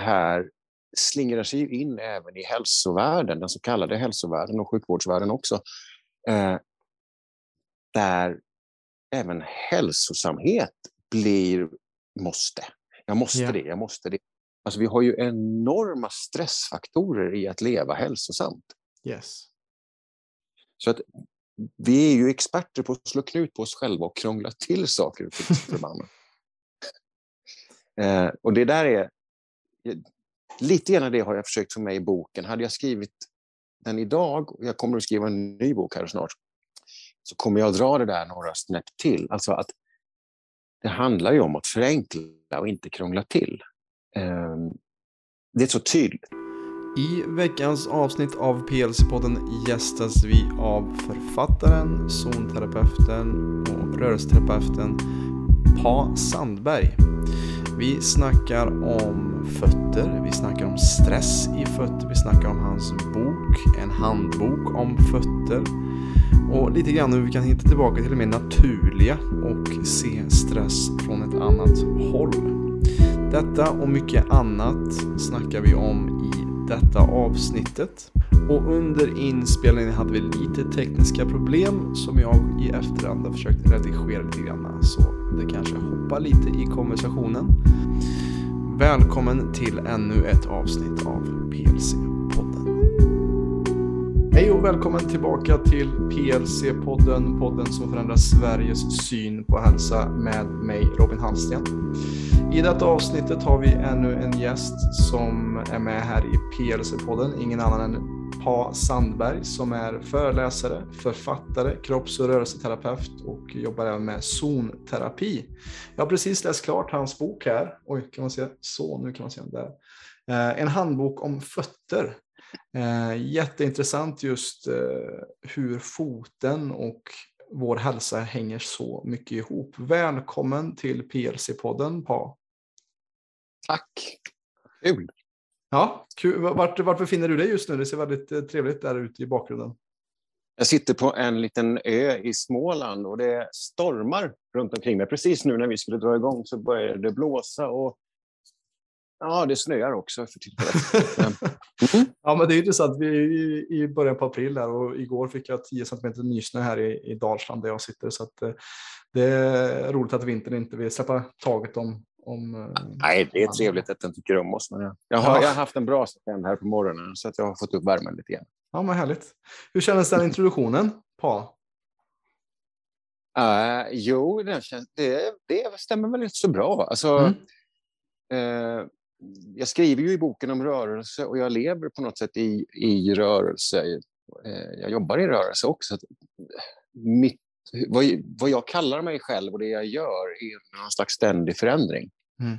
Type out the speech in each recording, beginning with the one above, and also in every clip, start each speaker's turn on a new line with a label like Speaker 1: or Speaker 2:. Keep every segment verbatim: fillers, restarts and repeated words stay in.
Speaker 1: här slingrar sig ju in även i hälsovärlden, den så kallade hälsovärlden och sjukvårdsvärlden också. Eh, där även hälsosamhet blir måste. Jag måste
Speaker 2: Yeah.
Speaker 1: det, jag måste det. Alltså vi har ju enorma stressfaktorer i att leva hälsosamt.
Speaker 2: Yes.
Speaker 1: Så att vi är ju experter på att slå knut på oss själva och krångla till saker och ting för mannen. eh, och det där är lite grann det har jag försökt få med i boken. Hade jag skrivit den idag, och jag kommer att skriva en ny bok här snart, så kommer jag att dra det där några snäpp till. Alltså att det handlar ju om att förenkla och inte krångla till. Eh, det är så tydligt.
Speaker 2: I veckans avsnitt av P L C-podden gästas vi av författaren, zonterapeuten och rörelseterapeuten Pa Sandberg. Vi snackar om fötter, vi snackar om stress i fötter, vi snackar om hans bok, en handbok om fötter och lite grann hur vi kan hitta tillbaka till det mer naturliga och se stress från ett annat håll. Detta och mycket annat snackar vi om i detta avsnittet. Och under inspelningen hade vi lite tekniska problem som jag i efterhand har försökt redigera lite grann. Så det kanske hoppar lite i konversationen. Välkommen till ännu ett avsnitt av P L C-podden. Hej och välkommen tillbaka till P L C-podden. Podden som förändrar Sveriges syn på hälsa med mig, Robin Hallsten. I detta avsnittet har vi ännu en gäst som är med här i P L C-podden. Ingen annan än Pa Sandberg som är föreläsare, författare, kropps- och rörelseterapeut och jobbar även med zonterapi. Jag har precis läst klart hans bok här. Oj, kan man se? Så, nu kan man se den där. En handbok om fötter. Jätteintressant just hur foten och vår hälsa hänger så mycket ihop. Välkommen till P L C-podden, Pa.
Speaker 1: Tack. Kul.
Speaker 2: Ja, kul. Vart, vart befinner du dig just nu? Det ser väldigt trevligt där ute i bakgrunden.
Speaker 1: Jag sitter på en liten ö i Småland och det stormar runt omkring mig. Precis nu när vi skulle dra igång så började det blåsa och ja, det snöar också för tillfället. Mm.
Speaker 2: Ja, men det är intressant. Vi är i början på april där och igår fick jag tio centimeter nysnö här i, i Dalsland där jag sitter. Så att det är roligt att vintern inte vill släppa taget om Om,
Speaker 1: Nej, det är trevligt att den tycker om oss. Men jag, jag, har,
Speaker 2: ja.
Speaker 1: jag har haft en bra stund här på morgonen så att jag har fått upp värmen lite grann.
Speaker 2: Ja, men härligt. Hur kändes den introduktionen, Pa?
Speaker 1: Uh, jo, det, känns, det, det stämmer väl inte så bra. Alltså,
Speaker 2: Mm.
Speaker 1: uh, jag skriver ju i boken om rörelse och jag lever på något sätt i, i rörelse. Uh, jag jobbar i rörelse också. Mitt Vad, vad jag kallar mig själv och det jag gör är en slags ständig förändring.
Speaker 2: Mm.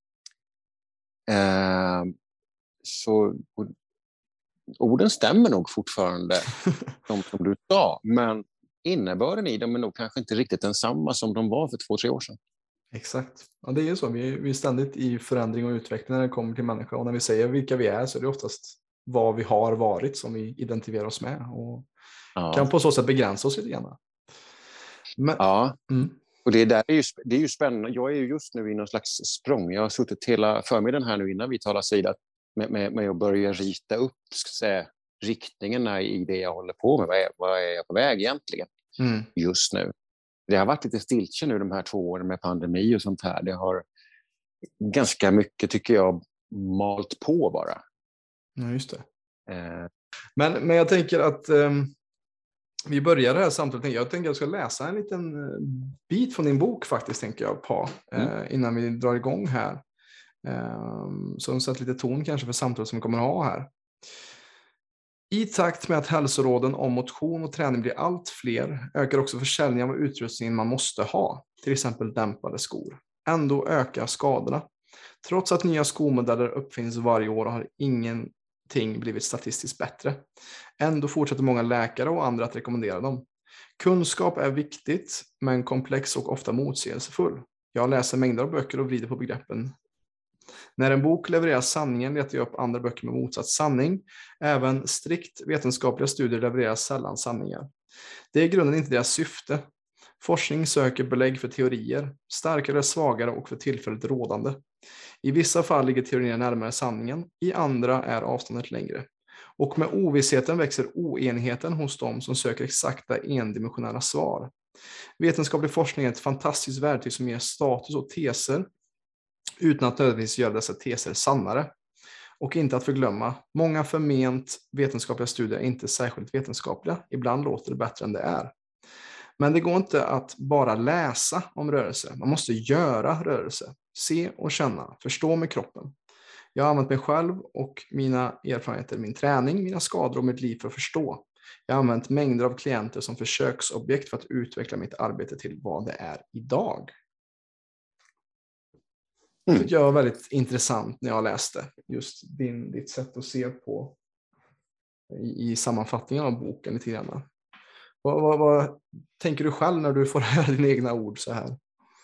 Speaker 1: Eh, så orden stämmer nog fortfarande de som du sa, men innebörden i dem är nog kanske inte riktigt densamma som de var för två, tre år sedan.
Speaker 2: Exakt. Ja, det är ju så. Vi är, vi är ständigt i förändring och utveckling när det kommer till människor. Och när vi säger vilka vi är så är det oftast vad vi har varit som vi identifierar oss med. Och ja. Kan på så sätt begränsa oss lite grann. Men,
Speaker 1: ja,
Speaker 2: mm.
Speaker 1: och det, där är ju, det är ju spännande. Jag är ju just nu i någon slags språng. Jag har suttit hela förmiddagen här nu innan vi talar sida med, med, med att börja rita upp ska säga, riktningarna i det jag håller på med. Vad är, vad är jag på väg egentligen
Speaker 2: mm.
Speaker 1: just nu? Det har varit lite stiltje nu de här två åren med pandemi och sånt här. Det har ganska mycket, tycker jag, malt på bara.
Speaker 2: Ja, just det.
Speaker 1: Eh.
Speaker 2: Men, men jag tänker att um... vi börjar det här samtalet. Jag tänker att jag ska läsa en liten bit från din bok faktiskt, tänker jag på, mm. eh, innan vi drar igång här. Eh, så de sätter lite ton kanske för samtalet som vi kommer att ha här. I takt med att hälsoråden om motion och träning blir allt fler ökar också försäljningen av utrustningen man måste ha, till exempel dämpade skor. Ändå ökar skadorna. Trots att nya skomodeller uppfinns varje år har ingen ting blivit statistiskt bättre. Ändå fortsätter många läkare och andra att rekommendera dem. Kunskap är viktigt, men komplex och ofta motsägelsefull. Jag läser mängder av böcker och vrider på begreppen. När en bok levererar sanningen letar jag upp andra böcker med motsatt sanning. Även strikt vetenskapliga studier levererar sällan sanningar. Det är i grunden inte deras syfte. Forskning söker belägg för teorier, starkare eller svagare och för tillfället rådande. I vissa fall ligger teorierna närmare sanningen, i andra är avståndet längre. Och med ovissheten växer oenigheten hos dem som söker exakta endimensionella svar. Vetenskaplig forskning är ett fantastiskt verktyg som ger status och teser utan att nödvändigtvis göra dessa teser sannare. Och inte att förglömma, många förment vetenskapliga studier är inte särskilt vetenskapliga. Ibland låter det bättre än det är. Men det går inte att bara läsa om rörelse. Man måste göra rörelse. Se och känna, förstå med kroppen. Jag har använt mig själv och mina erfarenheter, min träning, mina skador och mitt liv för att förstå. Jag har använt mängder av klienter som försöksobjekt för att utveckla mitt arbete till vad det är idag. Det
Speaker 1: Mm.
Speaker 2: tycker jag var väldigt intressant när jag läste. Just din, ditt sätt att se på i, i sammanfattningen av boken lite grann. Vad, vad, vad tänker du själv när du får höra dina egna ord så här?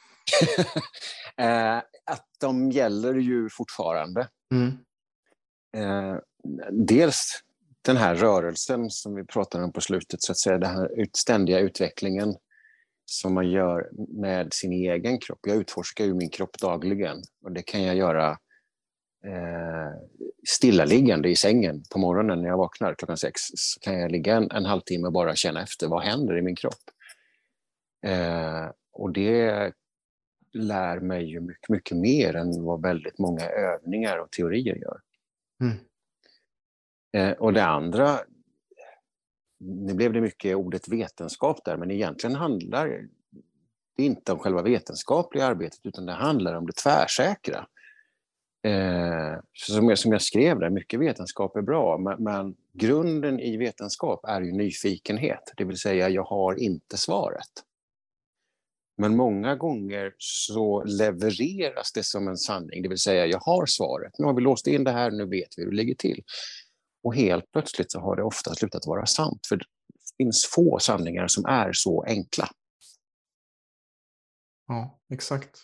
Speaker 1: eh, att de gäller ju fortfarande.
Speaker 2: Mm.
Speaker 1: Eh, dels den här rörelsen som vi pratade om på slutet, så att säga, den här ständiga utvecklingen som man gör med sin egen kropp. Jag utforskar ju min kropp dagligen och det kan jag göra eh, stillaliggande i sängen på morgonen när jag vaknar klockan sex. Så kan jag ligga en, en halvtimme och bara känna efter vad händer i min kropp. Eh, och det lär mig ju mycket, mycket mer än vad väldigt många övningar och teorier gör.
Speaker 2: Mm.
Speaker 1: Eh, och det andra, nu blev det mycket ordet vetenskap där, men egentligen handlar det inte om själva vetenskapliga arbetet utan det handlar om det tvärsäkra. Eh, som, jag, som jag skrev där, mycket vetenskap är bra, men, men grunden i vetenskap är ju nyfikenhet. Det vill säga, jag har inte svaret. Men många gånger så levereras det som en sanning, det vill säga jag har svaret. Nu har vi låst in det här, nu vet vi hur det ligger till. Och helt plötsligt så har det ofta slutat vara sant, för det finns få sanningar som är så enkla.
Speaker 2: Ja, exakt.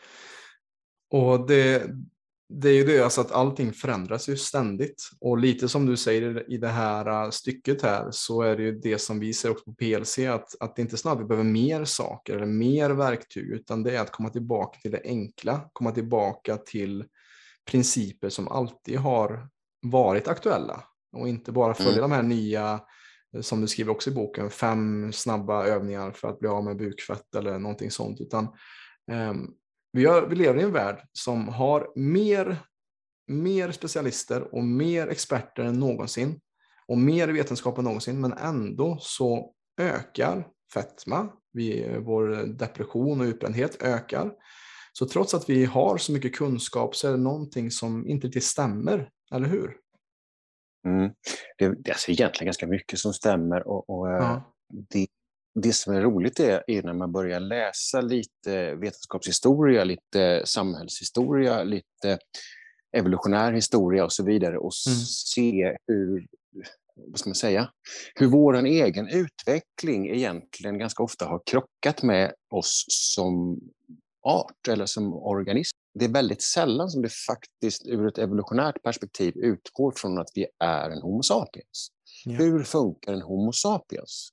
Speaker 2: Och det, det är ju det, alltså att allting förändras ju ständigt. Och lite som du säger i det här stycket här, så är det ju det som vi ser också på P L C, att, att det inte snarare vi behöver mer saker eller mer verktyg, utan det är att komma tillbaka till det enkla, komma tillbaka till principer som alltid har varit aktuella. Och inte bara följa mm. de här nya, som du skriver också i boken, fem snabba övningar för att bli av med bukfett eller någonting sånt. Utan um, vi, har, vi lever i en värld som har mer, mer specialister och mer experter än någonsin. Och mer vetenskap än någonsin. Men ändå så ökar fetma, vi, vår depression och utbrändhet ökar. Så trots att vi har så mycket kunskap så är det någonting som inte riktigt stämmer, eller hur?
Speaker 1: Mm. Det, det är alltså egentligen ganska mycket som stämmer och, och
Speaker 2: ja.
Speaker 1: det, det som är roligt är, är när man börjar läsa lite vetenskapshistoria, lite samhällshistoria, lite evolutionär historia och så vidare och mm. se hur, vad ska man säga, hur vår egen utveckling egentligen ganska ofta har krockat med oss som art eller som organism. Det är väldigt sällan som det faktiskt ur ett evolutionärt perspektiv utgår från att vi är en homo sapiens. Ja. Hur funkar en homo sapiens?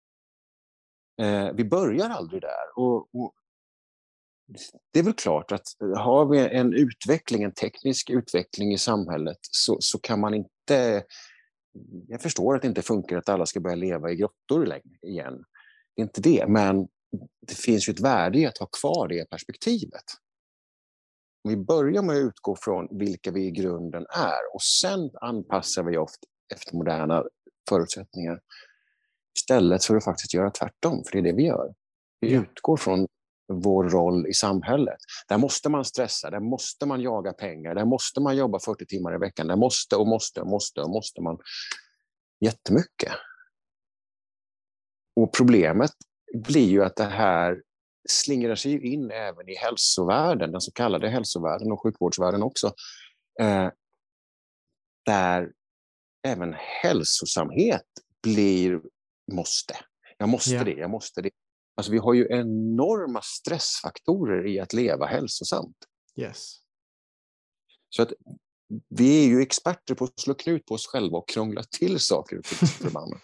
Speaker 1: Eh, vi börjar aldrig där. Och, och det är väl klart att har vi en utveckling, en teknisk utveckling i samhället så, så kan man inte... Jag förstår att det inte funkar att alla ska börja leva i grottor längre igen. Det är inte det, men det finns ju ett värde i att ha kvar det perspektivet. Vi börjar med att utgå från vilka vi i grunden är och sen anpassar vi ofta efter moderna förutsättningar istället för att faktiskt göra tvärtom, för det är det vi gör. Vi ja. utgår från vår roll i samhället. Där måste man stressa, där måste man jaga pengar, där måste man jobba fyrtio timmar i veckan, där måste och måste och måste och måste man jättemycket. Och problemet blir ju att det här slingrar sig in även i hälsovärlden, den så kallade hälsovärlden och sjukvårdsvärlden också. Eh, där även hälsosamhet blir måste. Jag måste yeah. det, jag måste det. Alltså vi har ju enorma stressfaktorer i att leva hälsosamt.
Speaker 2: Yes.
Speaker 1: Så att vi är ju experter på att slå knut på oss själva och krångla till saker för mannen.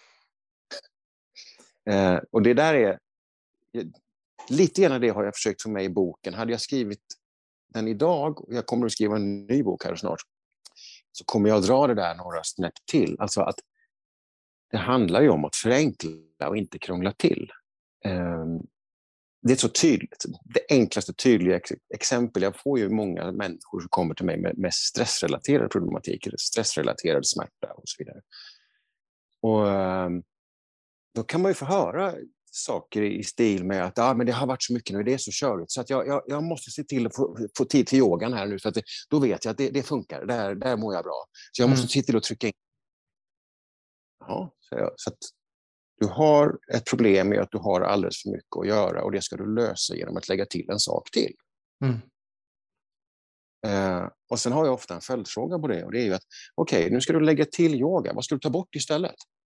Speaker 1: eh, och det där är lite grann det har jag försökt få med i boken. Hade jag skrivit den idag, och jag kommer att skriva en ny bok här snart, så kommer jag att dra det där några snäpp till. Alltså att det handlar ju om att förenkla och inte krångla till. Det är så tydligt. Det enklaste tydliga exempel, jag får ju många människor som kommer till mig med, med stressrelaterade problematik, eller stressrelaterad smärta och så vidare. Och då kan man ju få höra saker i stil med att ah, men det har varit så mycket nu, det är så körigt så att jag, jag, jag måste se till att få, få tid till yogan här nu, för att det, då vet jag att det, det funkar, där, där mår jag bra. Så jag måste mm. se till att trycka in. Ja, så, jag, så att du har ett problem med att du har alldeles för mycket att göra, och det ska du lösa genom att lägga till en sak till. Mm. Eh, och sen har jag ofta en följdfråga på det, och det är ju att okej, okay, nu ska du lägga till yoga, vad ska du ta bort istället?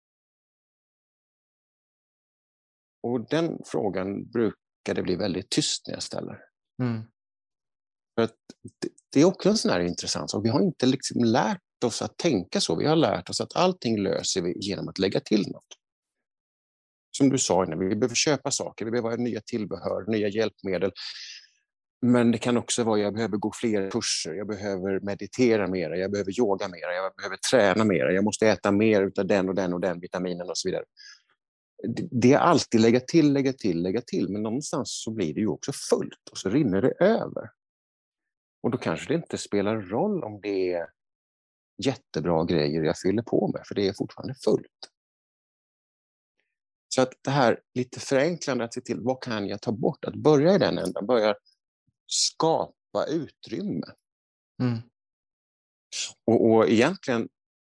Speaker 1: Och den frågan brukar det bli väldigt tyst när jag ställer. Mm. För att det, det är också en sån här intressant sak. Vi har inte liksom lärt oss att tänka så. Vi har lärt oss att allting löser vi genom att lägga till något. Som du sa, vi behöver köpa saker, vi behöver nya tillbehör, nya hjälpmedel. Men det kan också vara att jag behöver gå fler kurser, jag behöver meditera mer, jag behöver yoga mer, jag behöver träna mer, jag måste äta mer av den och den och den vitaminen och så vidare. Det är alltid lägga till, lägga till, lägga till. Men någonstans så blir det ju också fullt och så rinner det över. Och då kanske det inte spelar roll om det är jättebra grejer jag fyller på med, för det är fortfarande fullt. Så att det här lite förenklande att se till, vad kan jag ta bort? Att börja i den änden, börja skapa utrymme. Mm. Och, och egentligen,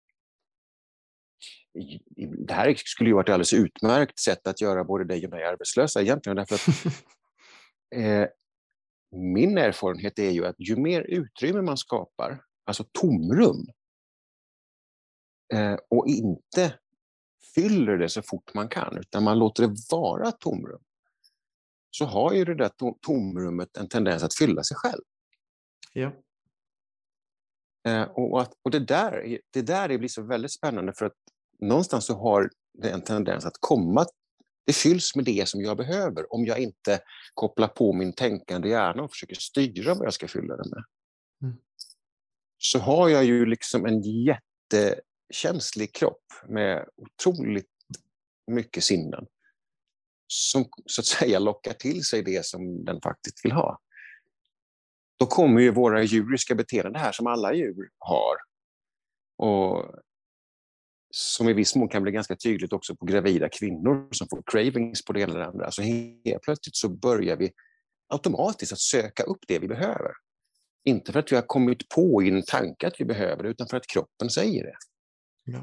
Speaker 1: det här skulle ju vara ett alldeles utmärkt sätt att göra både dig och mig arbetslösa egentligen, därför att eh, min erfarenhet är ju att ju mer utrymme man skapar, alltså tomrum, eh, och inte fyller det så fort man kan, utan man låter det vara tomrum, så har ju det där to- tomrummet en tendens att fylla sig själv.
Speaker 2: Ja.
Speaker 1: Eh, och att, och det, där, det där det blir så väldigt spännande, för att någonstans så har det en tendens att komma, det fylls med det som jag behöver, om jag inte kopplar på min tänkande hjärna och försöker styra vad jag ska fylla det med. Mm. Så har jag ju liksom en jättekänslig kropp med otroligt mycket sinnen som så att säga lockar till sig det som den faktiskt vill ha. Då kommer ju våra djuriska beteenden här som alla djur har, och som i viss mån kan bli ganska tydligt också på gravida kvinnor som får cravings på det ena eller andra. Alltså helt plötsligt så börjar vi automatiskt att söka upp det vi behöver. Inte för att vi har kommit på i en tanke att vi behöver det, utan för att kroppen säger det. Ja.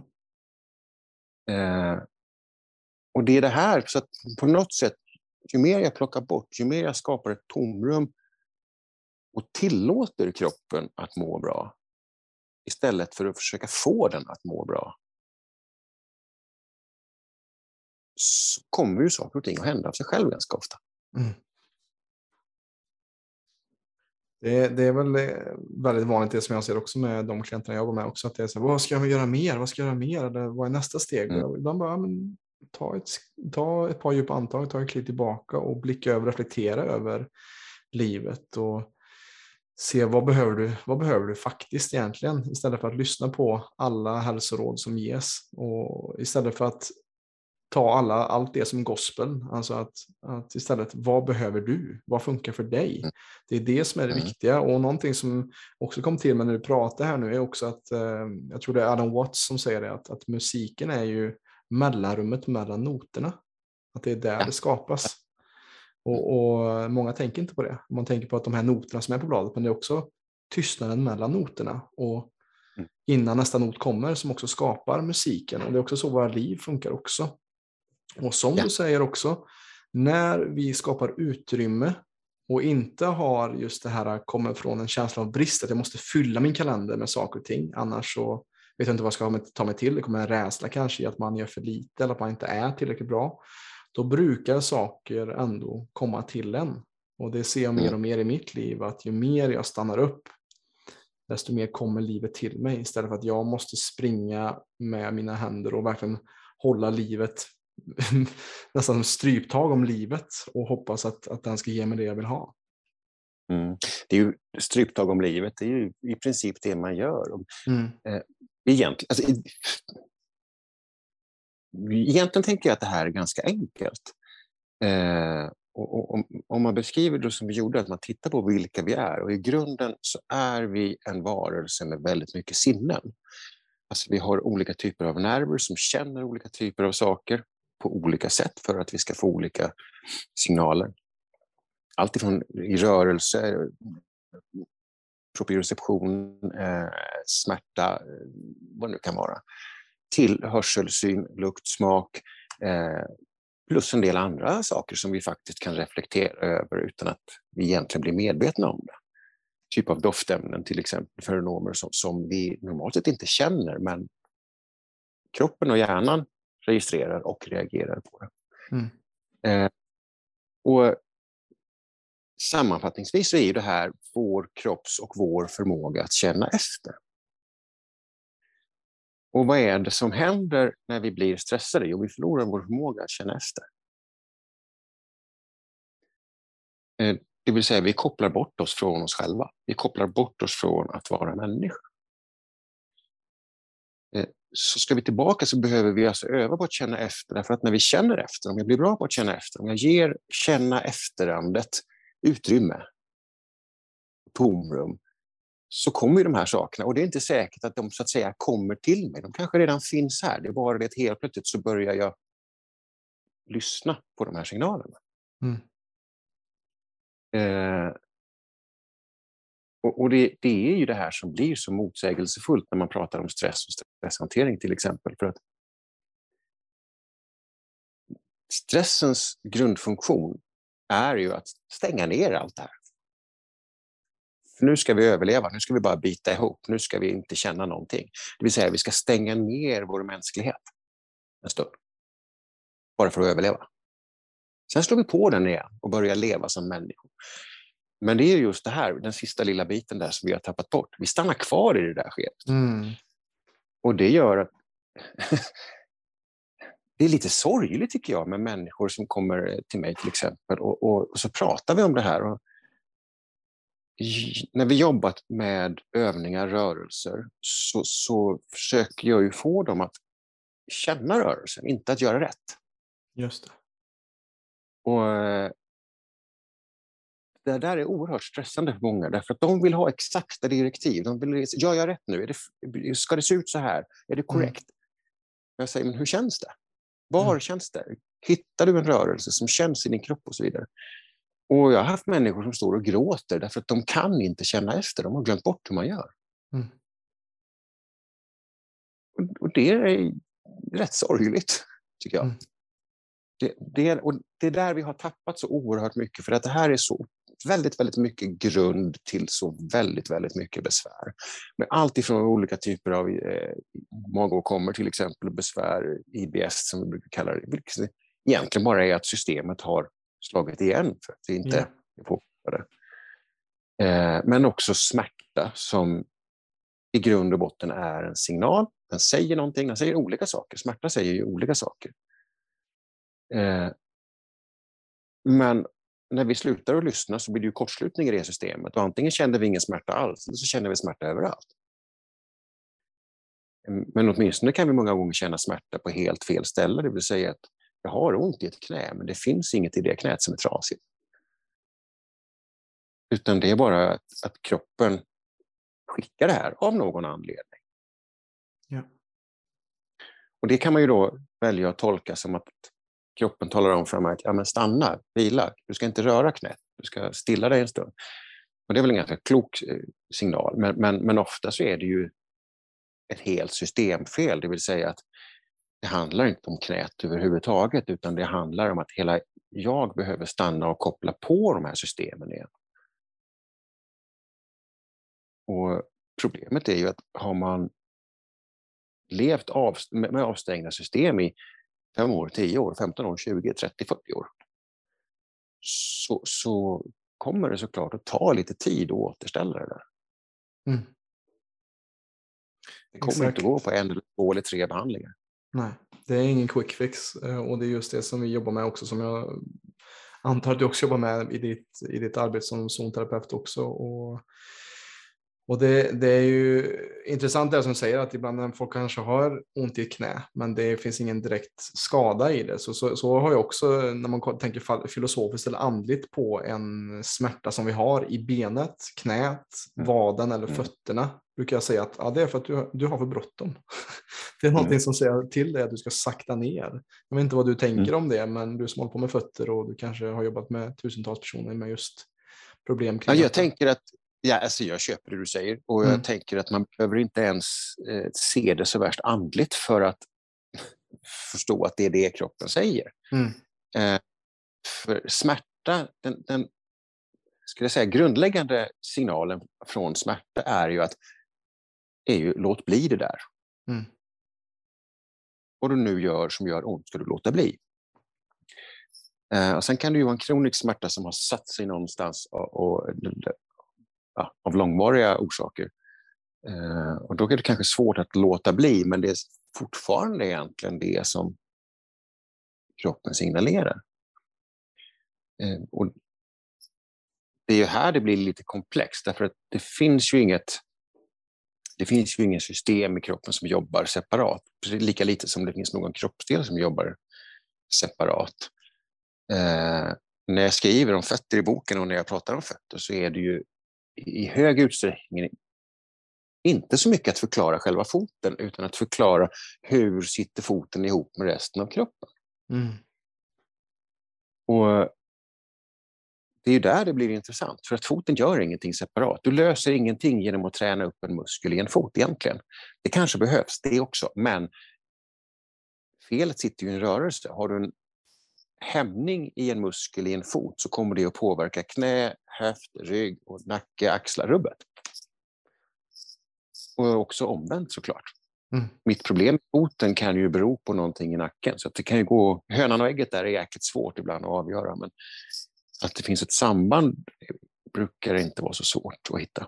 Speaker 1: Eh, och det är det här, så att på något sätt, ju mer jag plockar bort, ju mer jag skapar ett tomrum och tillåter kroppen att må bra, istället för att försöka få den att må bra, så kommer ju saker och ting att hända av sig själv ganska ofta. Mm.
Speaker 2: Det, det är väl väldigt vanligt, det som jag ser också med de klienterna jag jobbar med också, att det är så här, vad ska jag göra mer? Vad ska jag göra mer? Eller vad är nästa steg? Mm. Ibland bara, men, ta, ett, ta ett par djupa andetag, ta ett kliv tillbaka och blicka över, reflektera över livet och se vad behöver du, vad behöver du faktiskt egentligen, istället för att lyssna på alla hälsoråd som ges, och istället för att ta alla, allt det som gospel, alltså att, att istället, vad behöver du? Vad funkar för dig? Det är det som är det viktiga, och någonting som också kom till mig när du pratar här nu är också att, eh, jag tror det är Adam Watts som säger det, att, att musiken är ju mellanrummet mellan noterna, att det är där ja. det skapas. Och, och många tänker inte på det. Man tänker på att de här noterna som är på bladet, men det är också tystnaden mellan noterna och innan nästa not kommer, som också skapar musiken. Och det är också så våra liv funkar också. Och som ja. du säger också, när vi skapar utrymme och inte har just det här, kommer från en känsla av brist, att jag måste fylla min kalender med saker och ting, annars så vet jag inte vad jag ska ta mig till. Det kommer en rädsla kanske i att man gör för lite eller att man inte är tillräckligt bra. Då brukar saker ändå komma till en. Och det ser jag mer och mer i mitt liv, att ju mer jag stannar upp, desto mer kommer livet till mig, istället för att jag måste springa med mina händer och verkligen hålla livet nästan stryptag om livet och hoppas att, att den ska ge mig det jag vill ha.
Speaker 1: Mm. Det är ju stryptag om livet, det är ju i princip det man gör.
Speaker 2: Mm.
Speaker 1: Eh, egentligen, alltså, egentligen tänker jag att det här är ganska enkelt. Eh, och, och, om, om man beskriver det som vi gjorde, att man tittar på vilka vi är, och i grunden så är vi en varelse med väldigt mycket sinnen. Alltså vi har olika typer av nerver som känner olika typer av saker på olika sätt för att vi ska få olika signaler. Allt ifrån i rörelse, proprioception, eh, smärta, eh, vad det nu kan vara, till hörsel, syn, lukt, smak, eh, plus en del andra saker som vi faktiskt kan reflektera över utan att vi egentligen blir medvetna om det. Typ av doftämnen, till exempel feromoner som, som vi normalt sett inte känner, men kroppen och hjärnan registrerar och reagerar på det.
Speaker 2: Mm.
Speaker 1: Eh, och sammanfattningsvis så är ju det här vår kropps och vår förmåga att känna efter. Och vad är det som händer när vi blir stressade? Jo, vi förlorar vår förmåga att känna efter. Eh, det vill säga, vi kopplar bort oss från oss själva. Vi kopplar bort oss från att vara människa. Eh, så ska vi tillbaka så behöver vi alltså öva på att känna efter. Därför att när vi känner efter, om jag blir bra på att känna efter, om jag ger känna efterandet utrymme, tomrum, så kommer ju de här sakerna. Och det är inte säkert att de så att säga kommer till mig. De kanske redan finns här. Det är bara det att helt plötsligt så börjar jag lyssna på de här signalerna.
Speaker 2: Mm.
Speaker 1: Eh, och och det, det är ju det här som blir så motsägelsefullt när man pratar om stress och stresshantering till exempel. För att stressens grundfunktion är ju att stänga ner allt det här. För nu ska vi överleva, nu ska vi bara bita ihop, nu ska vi inte känna någonting. Det vill säga vi ska stänga ner vår mänsklighet en stund. Bara för att överleva. Sen slår vi på den igen och börjar leva som människor. Men det är just det här, den sista lilla biten där som vi har tappat bort. Vi stannar kvar i det där skedet.
Speaker 2: Mm.
Speaker 1: Och det gör att det är lite sorgligt tycker jag med människor som kommer till mig till exempel. Och, och, och så pratar vi om det här. Och när vi jobbat med övningar, rörelser, så, så försöker jag ju få dem att känna rörelsen, inte att göra rätt.
Speaker 2: Just det.
Speaker 1: Och det där är oerhört stressande för många, därför att de vill ha exakta direktiv. De vill, gör jag rätt nu? Är det, ska det se ut så här? Är det korrekt? Mm. Jag säger, men hur känns det? Var mm. känns det? Hittar du en rörelse som känns i din kropp och så vidare? Och jag har haft människor som står och gråter därför att de kan inte känna efter. De har glömt bort hur man gör. Mm. Och, och det är rätt sorgligt, tycker jag. Mm. Det, det, och det är där vi har tappat så oerhört mycket, för att det här är så väldigt, väldigt mycket grund till så väldigt, väldigt mycket besvär. Men allt ifrån olika typer av eh, magåkommor till exempel, besvär, I B S som vi brukar kalla det, vilket egentligen bara är att systemet har slagit igen för att det inte yeah. är påverkade. Eh, men också smärta som i grund och botten är en signal. Den säger någonting, den säger olika saker. Smärta säger ju olika saker. Eh, men när vi slutar att lyssna så blir det ju kortslutning i det systemet. Och antingen känner vi ingen smärta alls eller så känner vi smärta överallt. Men åtminstone kan vi många gånger känna smärta på helt fel ställe. Det vill säga att jag har ont i ett knä, men det finns inget i det knät som är trasigt. Utan det är bara att, att kroppen skickar det här av någon anledning.
Speaker 2: Ja.
Speaker 1: Och det kan man ju då välja att tolka som att kroppen talar om för mig att ja, men stanna, vila, du ska inte röra knät, du ska stilla dig en stund. Och det är väl en ganska klok signal, men, men, men ofta så är det ju ett helt systemfel, det vill säga att det handlar inte om knät överhuvudtaget, utan det handlar om att hela jag behöver stanna och koppla på de här systemen igen. Och problemet är ju att har man levt av, med avstängda system i fem år, tio år, femton år, tjugo, trettio, fyrtio år, så, så kommer det såklart att ta lite tid att återställa det där. Mm. Det kommer Exakt. inte att gå på en, eller två eller tre behandlingar.
Speaker 2: Nej, det är ingen quick fix, och det är just det som vi jobbar med också, som jag antar att du också jobbar med i ditt, i ditt arbete som zonterapeut också. Och, och det, det är ju intressant det som säger att ibland när folk kanske har ont i ett knä, men det finns ingen direkt skada i det. Så, så, så har jag också, när man tänker filosofiskt eller andligt på en smärta som vi har i benet, knät, vaden eller fötterna, brukar jag säga att ja, det är för att du, du har för bråttom. Det är någonting
Speaker 1: Mm.
Speaker 2: som säger till dig att du ska sakta ner. Jag vet inte vad du tänker
Speaker 1: Mm.
Speaker 2: om det, men du som håller på med fötter och du kanske har jobbat med tusentals personer med just problem kring
Speaker 1: Ja, jag
Speaker 2: detta.
Speaker 1: tänker att ja, alltså jag köper det du säger och jag
Speaker 2: Mm.
Speaker 1: tänker att man behöver inte ens eh, se det så värst andligt för att förstå att det är det kroppen säger.
Speaker 2: Mm.
Speaker 1: Eh, för smärta, den, den skulle jag säga, grundläggande signalen från smärta är ju att är ju, låt bli det där.
Speaker 2: Mm.
Speaker 1: Vad du nu gör som gör ont ska du låta bli. Eh, och sen kan det ju vara en kronisk smärta som har satt sig någonstans och, och, ja, av långvariga orsaker. Eh, och då är det kanske svårt att låta bli, men det är fortfarande egentligen det som kroppen signalerar. Eh, och det är ju här det blir lite komplext, därför att det finns ju inget det finns ju inget system i kroppen som jobbar separat, lika lite som det finns någon kroppsdel som jobbar separat. Eh, när jag skriver om fötter i boken och när jag pratar om fötter så är det ju i hög utsträckning inte så mycket att förklara själva foten utan att förklara hur sitter foten ihop med resten av kroppen.
Speaker 2: Mm.
Speaker 1: Och det är ju där det blir intressant, för att foten gör ingenting separat. Du löser ingenting genom att träna upp en muskel i en fot egentligen. Det kanske behövs, det också, men felet sitter ju i en rörelse. Har du en hämning i en muskel i en fot så kommer det att påverka knä, höft, rygg och nacke, axlar, rubbet. Och också omvänt såklart.
Speaker 2: Mm.
Speaker 1: Mitt problem med foten kan ju bero på någonting i nacken. Så att det kan ju gå, hönan och ägget där är jäkligt svårt ibland att avgöra. Men att det finns ett samband brukar inte vara så svårt att hitta.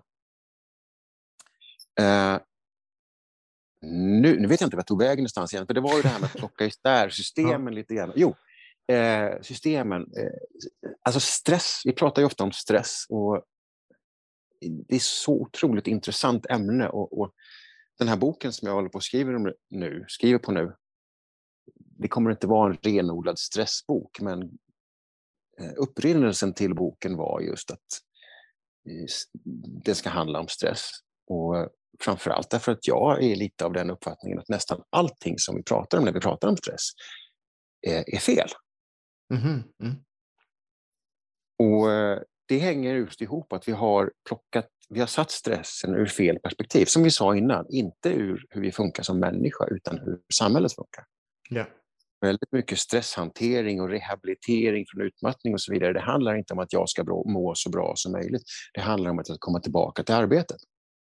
Speaker 1: Uh, nu, nu vet jag inte vad jag tog vägen någonstans igen. För det var ju det här med att plocka isär systemen lite grann. Jo, eh, systemen. Eh, alltså stress. Vi pratar ju ofta om stress. Och det är så otroligt intressant ämne. Och, och den här boken som jag håller på att skriva nu, skriver på nu. Det kommer inte vara en renodlad stressbok. Men upprinnelsen till boken var just att det ska handla om stress. Och framförallt därför att jag är lite av den uppfattningen att nästan allting som vi pratar om när vi pratar om stress är fel.
Speaker 2: Mm-hmm. Mm.
Speaker 1: Och det hänger just ihop att vi har plockat, vi har satt stressen ur fel perspektiv. Som vi sa innan, inte ur hur vi funkar som människa utan hur samhället funkar.
Speaker 2: Yeah.
Speaker 1: Väldigt mycket stresshantering och rehabilitering från utmattning och så vidare. Det handlar inte om att jag ska må så bra som möjligt. Det handlar om att komma tillbaka till arbetet.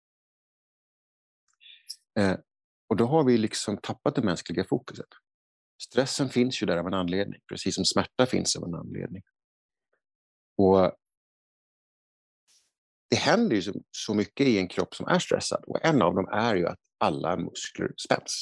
Speaker 1: Eh, och då har vi liksom tappat det mänskliga fokuset. Stressen finns ju där av en anledning, precis som smärta finns av en anledning. Och det händer ju så, så mycket i en kropp som är stressad. Och en av dem är ju att alla muskler spänns.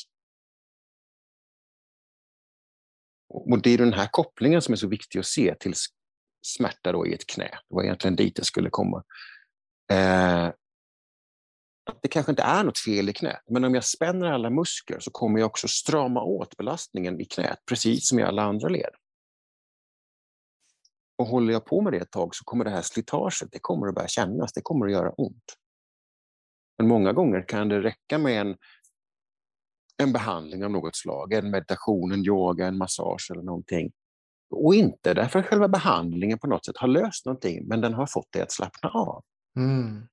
Speaker 1: Och det är den här kopplingen som är så viktig att se till smärta då i ett knä. Det var egentligen dit jag skulle komma. Eh, det kanske inte är något fel i knät, men om jag spänner alla muskler så kommer jag också strama åt belastningen i knät, precis som i alla andra led. Och håller jag på med det ett tag så kommer det här slitaget, det kommer att börja kännas, det kommer att göra ont. Men många gånger kan det räcka med en, en behandling av något slag, en meditation, en yoga, en massage eller någonting. Och inte därför att själva behandlingen på något sätt har löst någonting, men den har fått dig att slappna av.
Speaker 2: Mm.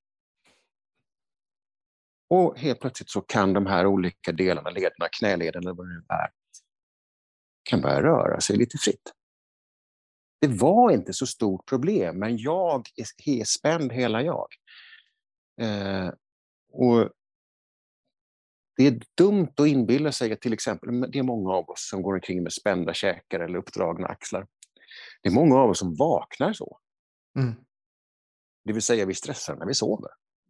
Speaker 1: Och helt plötsligt så kan de här olika delarna, lederna, knäleden eller vad det nu är, kan börja röra sig lite fritt. Det var inte så stort problem, men jag är spänd hela jag. Eh, och det är dumt att inbilla sig att till exempel, det är många av oss som går omkring med spända käkar eller uppdragna axlar. Det är många av oss som vaknar så.
Speaker 2: Mm.
Speaker 1: Det vill säga vi stressar när vi sover.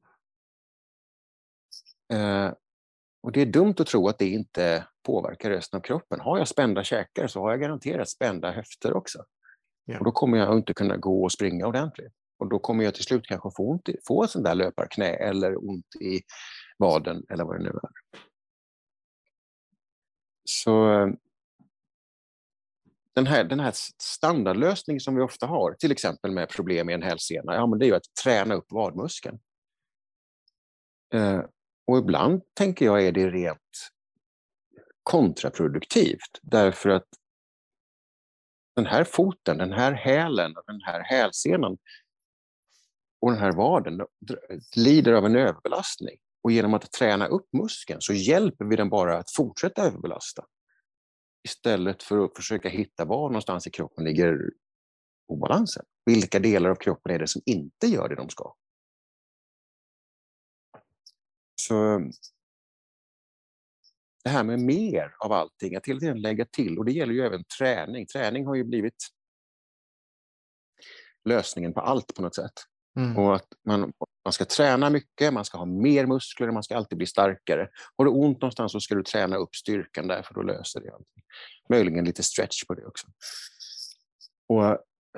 Speaker 1: Eh, och det är dumt att tro att det inte påverkar resten av kroppen. Har jag spända käkar så har jag garanterat spända höfter också.
Speaker 2: Ja.
Speaker 1: Och då kommer jag inte kunna gå och springa ordentligt. Och då kommer jag till slut kanske få, ont i, få en sån där löparknä eller ont i vaden eller vad det nu är. Så den här, den här standardlösningen som vi ofta har, till exempel med problem i en hälsena, ja, men det är ju att träna upp vadmuskeln. Eh, och ibland tänker jag är det rent kontraproduktivt, därför att den här foten, den här hälen, den här hälsenan och den här vaden lider av en överbelastning. Och genom att träna upp muskeln så hjälper vi den bara att fortsätta överbelasta. Istället för att försöka hitta var någonstans i kroppen ligger obalansen. Vilka delar av kroppen är det som inte gör det de ska? Så det här med mer av allting, att hela tiden lägga till, och det gäller ju även träning. Träning har ju blivit lösningen på allt på något sätt.
Speaker 2: Mm.
Speaker 1: Och att man, man ska träna mycket, man ska ha mer muskler, man ska alltid bli starkare. Har du ont någonstans så ska du träna upp styrkan där, för då löser det allting. Möjligen lite stretch på det också. Och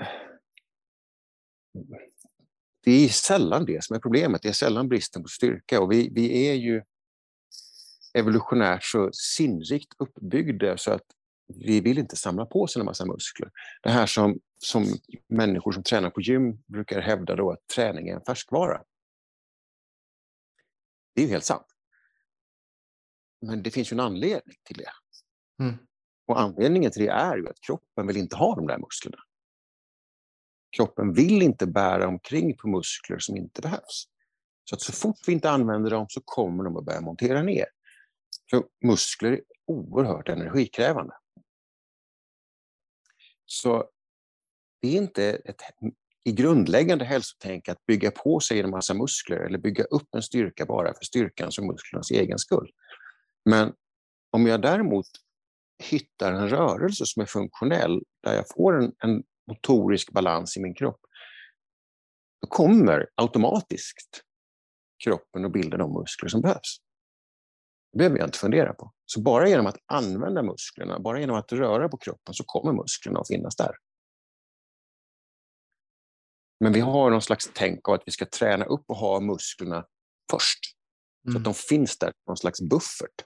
Speaker 1: det är sällan det som är problemet, det är sällan bristen på styrka. Och vi, vi är ju evolutionärt så sinnrikt uppbyggda så att vi vill inte samla på sig en massa muskler. Det här som, som människor som tränar på gym brukar hävda då, att träning är en färskvara. Det är ju helt sant. Men det finns ju en anledning till det.
Speaker 2: Mm.
Speaker 1: Och anledningen till det är ju att kroppen vill inte ha de där musklerna. Kroppen vill inte bära omkring på muskler som inte behövs. Så att så fort vi inte använder dem så kommer de att börja montera ner. För muskler är oerhört energikrävande. Så det är inte ett i grundläggande hälsotänk att bygga på sig en massa muskler eller bygga upp en styrka bara för styrkans och musklernas egen skull. Men om jag däremot hittar en rörelse som är funktionell, där jag får en, en motorisk balans i min kropp, då kommer automatiskt kroppen att bilda de muskler som behövs. Det behöver jag inte fundera på. Så bara genom att använda musklerna, bara genom att röra på kroppen, så kommer musklerna att finnas där. Men vi har någon slags tänk av att vi ska träna upp och ha musklerna först. Mm. Så att de finns där, någon slags buffert.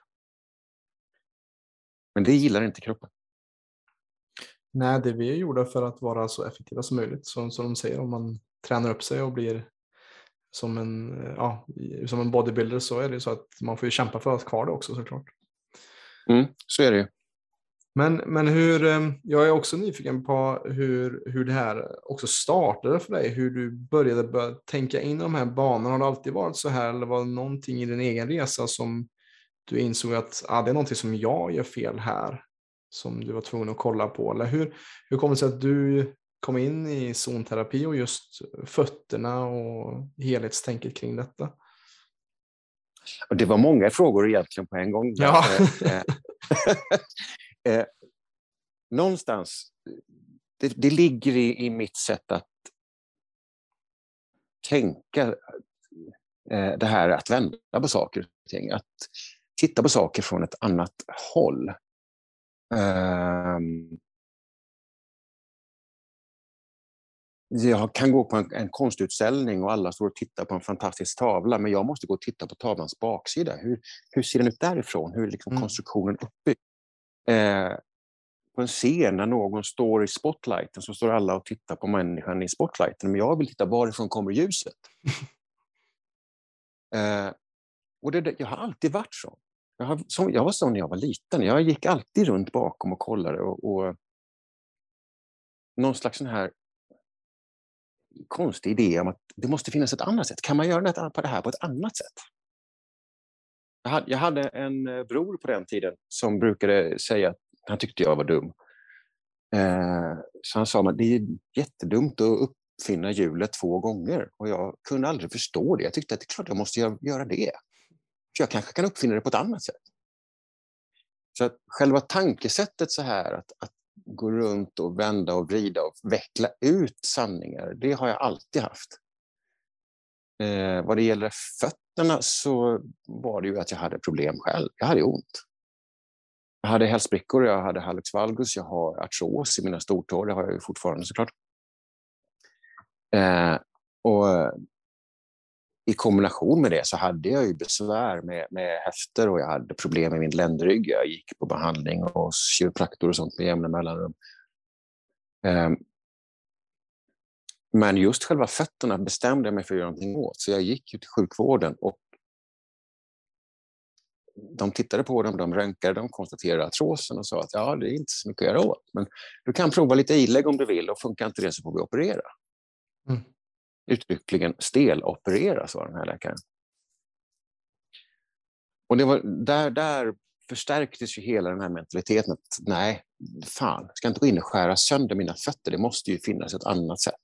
Speaker 1: Men det gillar inte kroppen.
Speaker 2: Nej, det vi är gjorda för att vara så effektiva som möjligt. Som, som de säger, om man tränar upp sig och blir som en, ja, som en bodybuilder, så är det så att man får ju kämpa för att ha kvar det också, såklart.
Speaker 1: Mm, så är det ju.
Speaker 2: Men, men hur, jag är också nyfiken på hur, hur det här också startade för dig, hur du började börja tänka in i de här banorna. Har det alltid varit så här, eller var det någonting i din egen resa som du insåg att ah, det är någonting som jag gör fel här, som du var tvungen att kolla på? Eller hur, hur kommer det sig att du kom in i zonterapi och just fötterna och helhetstänket kring detta?
Speaker 1: Och det var många frågor egentligen på en gång.
Speaker 2: Ja.
Speaker 1: eh, någonstans, det, det ligger i, i mitt sätt att tänka eh, det här att vända på saker och ting, att titta på saker från ett annat håll. Eh, jag kan gå på en, en konstutställning och alla står och tittar på en fantastisk tavla, men jag måste gå och titta på tavlans baksida. Hur, hur ser den ut därifrån? Hur är liksom
Speaker 2: mm.
Speaker 1: konstruktionen uppbyggd? Eh, på en scen när någon står i spotlighten så står alla och tittar på människan i spotlighten, men jag vill titta varifrån kommer ljuset. eh, och det, jag har alltid varit så. Jag, har, så. jag var så när jag var liten. Jag gick alltid runt bakom och kollade och, och någon slags sån här konstig idé om att det måste finnas ett annat sätt. Kan man göra det här på ett annat sätt? Jag hade, jag hade en bror på den tiden som brukade säga att han tyckte jag var dum. Eh, så han sa att det är jättedumt att uppfinna hjulet två gånger. Och jag kunde aldrig förstå det. Jag tyckte att det är klart jag måste göra, göra det. För jag kanske kan uppfinna det på ett annat sätt. Så att själva tankesättet så här, att, att gå runt och vända och vrida och veckla ut sanningar, det har jag alltid haft. Eh, vad det gäller fötterna så var det ju att jag hade problem själv. Jag hade ont. Jag hade hälsbrickor, jag hade hallux valgus, jag har artros i mina stortår, det har jag ju fortfarande såklart. Eh, och i kombination med det så hade jag ju besvär med, med höfter och jag hade problem med min ländrygg. Jag gick på behandling och kiropraktor och sånt med jämna mellanrum. Eh, men just själva fötterna bestämde jag mig för att göra någonting åt. Så jag gick ju till sjukvården och de tittade på dem, de röntgade, de konstaterade artrosen och sa att ja, det är inte så mycket att göra åt. Men du kan prova lite ilägg om du vill och funkar inte det så får vi operera. Mm. Uttryckligen steloperera, sa den här läkaren. Och det var, där, där förstärktes ju hela den här mentaliteten att nej, fan, jag ska inte gå in och skära sönder mina fötter, det måste ju finnas ett annat sätt.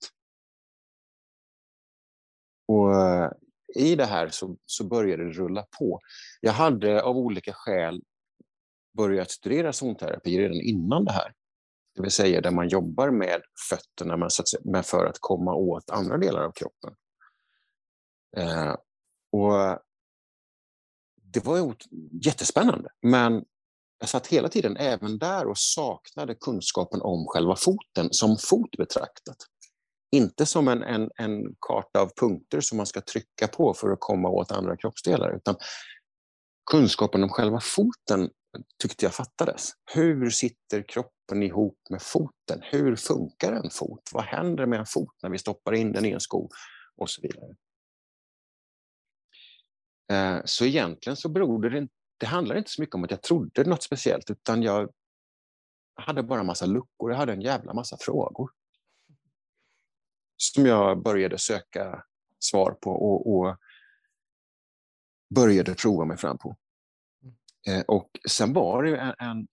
Speaker 1: Och i det här så, så började det rulla på. Jag hade av olika skäl börjat studera zonterapi redan innan det här. Det vill säga där man jobbar med fötterna men, så att säga, men för att komma åt andra delar av kroppen. Eh, och det var ju jättespännande. Men jag satt hela tiden även där och saknade kunskapen om själva foten som fot betraktat. Inte som en, en, en karta av punkter som man ska trycka på för att komma åt andra kroppsdelar. Utan kunskapen om själva foten tyckte jag fattades. Hur sitter kroppen ihop med foten? Hur funkar en fot? Vad händer med en fot när vi stoppar in den i en sko? Och så vidare. Så egentligen så berodde det, det handlar inte så mycket om att jag trodde något speciellt, utan jag hade bara en massa luckor. Jag hade en jävla massa frågor som jag började söka svar på och, och började prova mig fram på. Och sen var det en, en,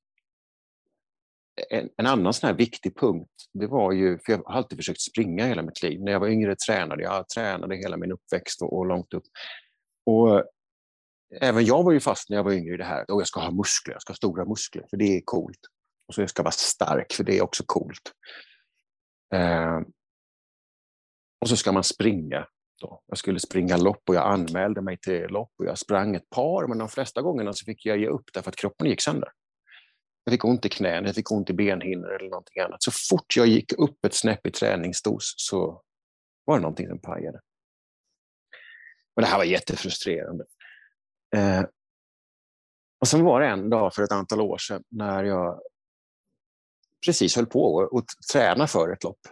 Speaker 1: en annan sån här viktig punkt. Det var ju, för jag har alltid försökt springa hela mitt liv. När jag var yngre tränade jag, tränade hela min uppväxt och, och långt upp. Och även jag var ju fast när jag var yngre i det här. Och jag ska ha muskler, jag ska ha stora muskler för det är coolt. Och så jag ska vara stark för det är också coolt. Eh, och så ska man springa. Då. Jag skulle springa lopp och jag anmälde mig till lopp och jag sprang ett par, men de flesta gångerna så fick jag ge upp därför att kroppen gick sönder. Jag fick ont i knän, jag fick ont i benhinnor eller någonting annat. Så fort jag gick upp ett snäpp i träningsdos så var det någonting som pajade. Och det här var jättefrustrerande. Eh, och sen var det en dag för ett antal år sedan när jag precis höll på att träna för ett lopp.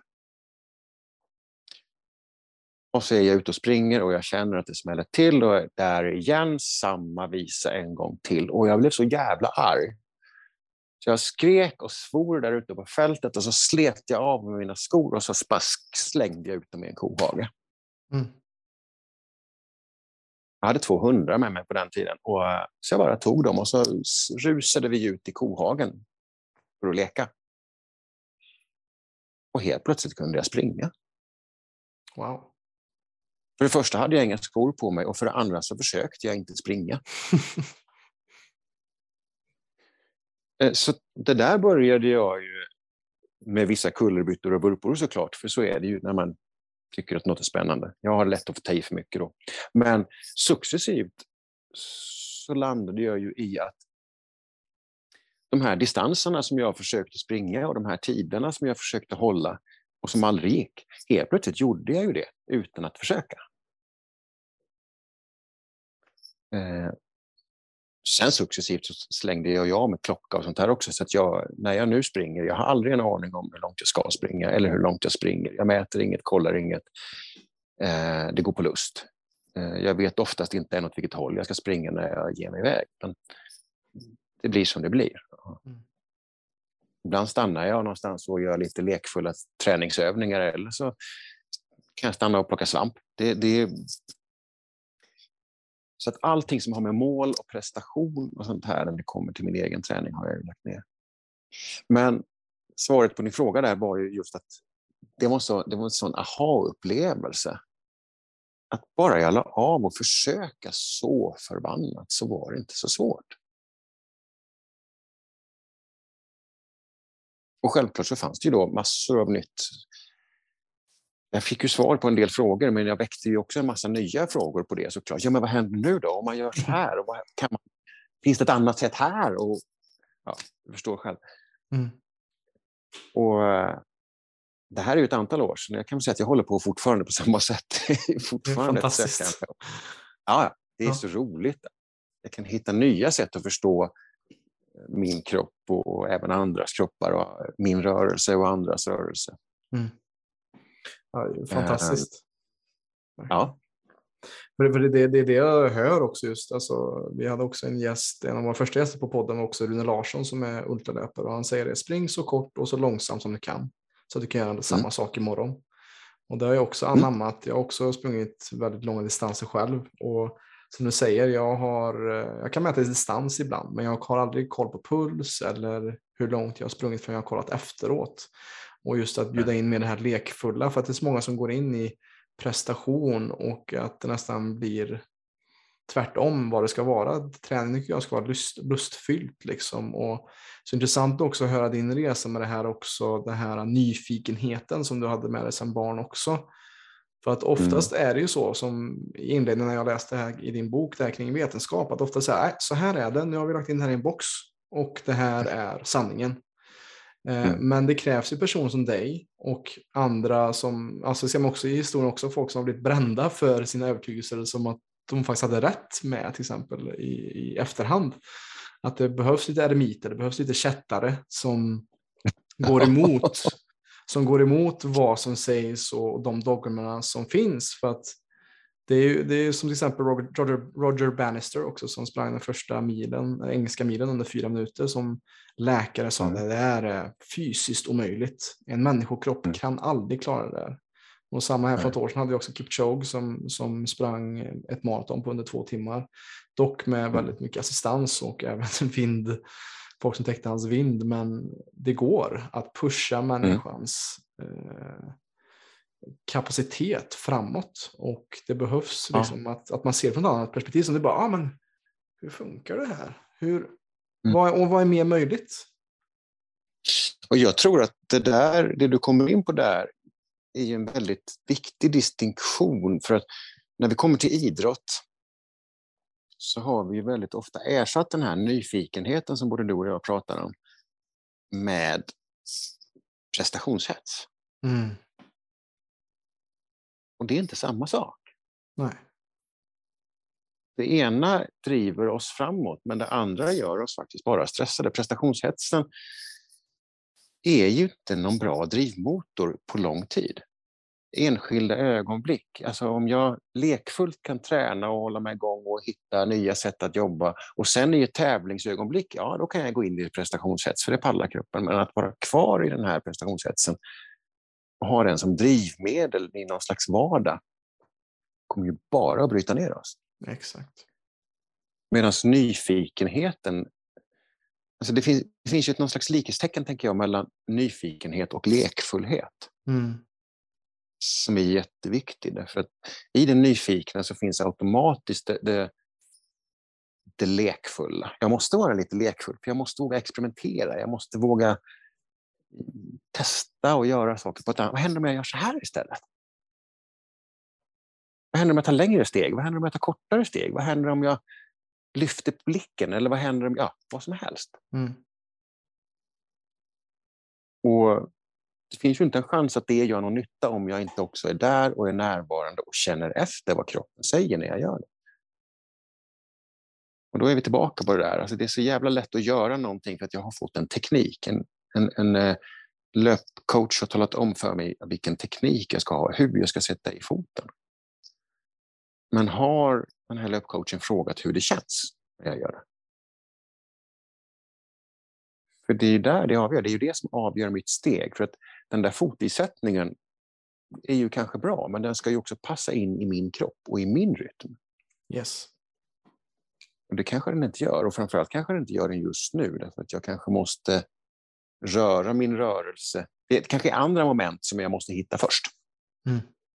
Speaker 1: Och så är jag ute och springer och jag känner att det smäller till och där igen samma visa en gång till. Och jag blev så jävla arg. Så jag skrek och svor där ute på fältet och så slet jag av med mina skor och så spask slängde jag ut dem i en kohage. Mm. Jag hade två hundar med mig på den tiden och så jag bara tog dem och så rusade vi ut i kohagen för att leka. Och helt plötsligt kunde jag springa.
Speaker 2: Wow.
Speaker 1: För det första hade jag inga skor på mig och för det andra så försökte jag inte springa. Så det där började jag ju med vissa kullerbyttor och vurpor såklart, för så är det ju när man tycker att något är spännande. Jag har lätt att få ta i för mycket då. Men successivt så landade jag ju i att de här distanserna som jag försökte springa och de här tiderna som jag försökte hålla och som aldrig gick, helt plötsligt gjorde jag ju det utan att försöka. Eh, sen successivt så slängde jag jag med klocka och sånt här också, så att jag, när jag nu springer, jag har aldrig en aning om hur långt jag ska springa eller hur långt jag springer. Jag mäter inget, kollar inget. Eh, det går på lust. Eh, jag vet oftast inte än åt vilket håll jag ska springa när jag ger mig iväg. Men det blir som det blir. Mm. Ibland stannar jag någonstans och gör lite lekfulla träningsövningar eller så kan jag stanna och plocka svamp. Det, det Så att allting som har med mål och prestation och sånt här när det kommer till min egen träning har jag ju lagt ner. Men svaret på din fråga där var ju just att det var, så, det var en sån aha-upplevelse. Att bara jag la av och försöka så förbannat så var det inte så svårt. Och självklart så fanns det ju då massor av nytt. Jag fick ju svar på en del frågor, men jag väckte ju också en massa nya frågor på det såklart. Ja, men vad händer nu då om man gör så här? Och vad kan man, finns det ett annat sätt här? Och ja, du förstår själv.
Speaker 2: Mm.
Speaker 1: Och eh, det här är ju ett antal år sedan. Jag kan väl säga att jag håller på fortfarande på samma sätt. fortfarande ett
Speaker 2: fantastiskt.
Speaker 1: sökande. Ja, det är
Speaker 2: Ja.
Speaker 1: så roligt. Jag kan hitta nya sätt att förstå min kropp och även andras kroppar och min rörelse och andras rörelse.
Speaker 2: Mm. Ja, fantastiskt.
Speaker 1: Uh, ja.
Speaker 2: För det, det, det är det jag hör också just. Alltså, vi hade också en gäst, en av våra första gäster på podden var också Rune Larsson som är ultralöpare. Och han säger det, spring så kort och så långsamt som du kan. Så att du kan göra mm. samma sak imorgon. Och det har jag också anammat. Jag har också sprungit väldigt långa distanser själv. Och som du säger, jag, har, jag kan mäta distans ibland. Men jag har aldrig koll på puls eller hur långt jag har sprungit förrän jag har kollat efteråt. Och just att bjuda in med det här lekfulla. För att det är så många som går in i prestation och att det nästan blir tvärtom vad det ska vara. Träning tycker jag ska vara lust, lustfyllt liksom. Och så intressant också att höra din resa med det här också, den här nyfikenheten som du hade med dig som barn också. För att oftast mm. är det ju så som i inledningen när jag läste här i din bok där kring vetenskap, att ofta säger så här är det, nu har vi lagt in det här i en box och det här är sanningen. Mm. Men det krävs ju personer som dig och andra som, alltså ser man också i historien också folk som har blivit brända för sina övertygelser som att de faktiskt hade rätt med till exempel i, i efterhand. Att det behövs lite eremiter, det behövs lite kättare som går emot som går emot vad som sägs och de dogmerna som finns. För att det är ju det är som till exempel Roger, Roger Bannister också som sprang den första milen, den engelska milen under fyra minuter som läkare sa mm. det är fysiskt omöjligt. En människokropp mm. kan aldrig klara det där. Och samma här för ett år sedan hade vi också Kipchoge som, som sprang ett maraton på under två timmar. Dock med väldigt mycket assistans och även vind, folk som täckte hans vind. Men det går att pusha människans mm. eh, kapacitet framåt. Och det behövs ja. liksom att, att man ser från ett annat perspektiv. Som det bara, ah, men hur funkar det här? Hur, mm. vad, och vad är mer möjligt?
Speaker 1: Och jag tror att det där, det du kommer in på där är ju en väldigt viktig distinktion, för att när vi kommer till idrott så har vi ju väldigt ofta ersatt den här nyfikenheten som både du och jag pratar om med prestationshets.
Speaker 2: Mm.
Speaker 1: Och det är inte samma sak.
Speaker 2: Nej.
Speaker 1: Det ena driver oss framåt, men det andra gör oss faktiskt bara stressade. Prestationshetsen är ju inte någon bra drivmotor på lång tid. Enskilda ögonblick. Alltså om jag lekfullt kan träna och hålla mig igång och hitta nya sätt att jobba och sen i ett tävlingsögonblick, ja då kan jag gå in i prestationshets för det pallar kroppen. Men att vara kvar i den här prestationshetsen och ha den som drivmedel i någon slags vardag kommer ju bara att bryta ner oss.
Speaker 2: Exakt.
Speaker 1: Medan nyfikenheten, alltså det finns, det finns ju ett någon slags likhetstecken tänker jag mellan nyfikenhet och lekfullhet.
Speaker 2: Mm.
Speaker 1: Som är jätteviktig. Därför att i den nyfikna så finns automatiskt det, det, det lekfulla. Jag måste vara lite lekfull för jag måste våga experimentera. Jag måste våga testa och göra saker på ett annat. Vad händer om jag gör så här istället? Vad händer om jag tar längre steg? Vad händer om jag tar kortare steg? Vad händer om jag lyfter blicken? Eller vad händer om, ja, vad som helst?
Speaker 2: Mm.
Speaker 1: Och det finns ju inte en chans att det gör någon nytta om jag inte också är där och är närvarande och känner efter vad kroppen säger när jag gör det. Och då är vi tillbaka på det där. Alltså det är så jävla lätt att göra någonting för att jag har fått en teknik. En, en, en uh, löpcoach har talat om för mig vilken teknik jag ska ha, hur jag ska sätta i foten. Men har den här löpcoachen frågat hur det känns när jag gör det? För det är ju där det avgör. Det är ju det som avgör mitt steg. För att den där fotisättningen är ju kanske bra, men den ska ju också passa in i min kropp och i min rytm.
Speaker 2: Yes.
Speaker 1: Och det kanske den inte gör. Och framförallt kanske den inte gör den just nu. Därför att jag kanske måste röra min rörelse. Det kanske är andra moment som jag måste hitta först.
Speaker 2: Mm.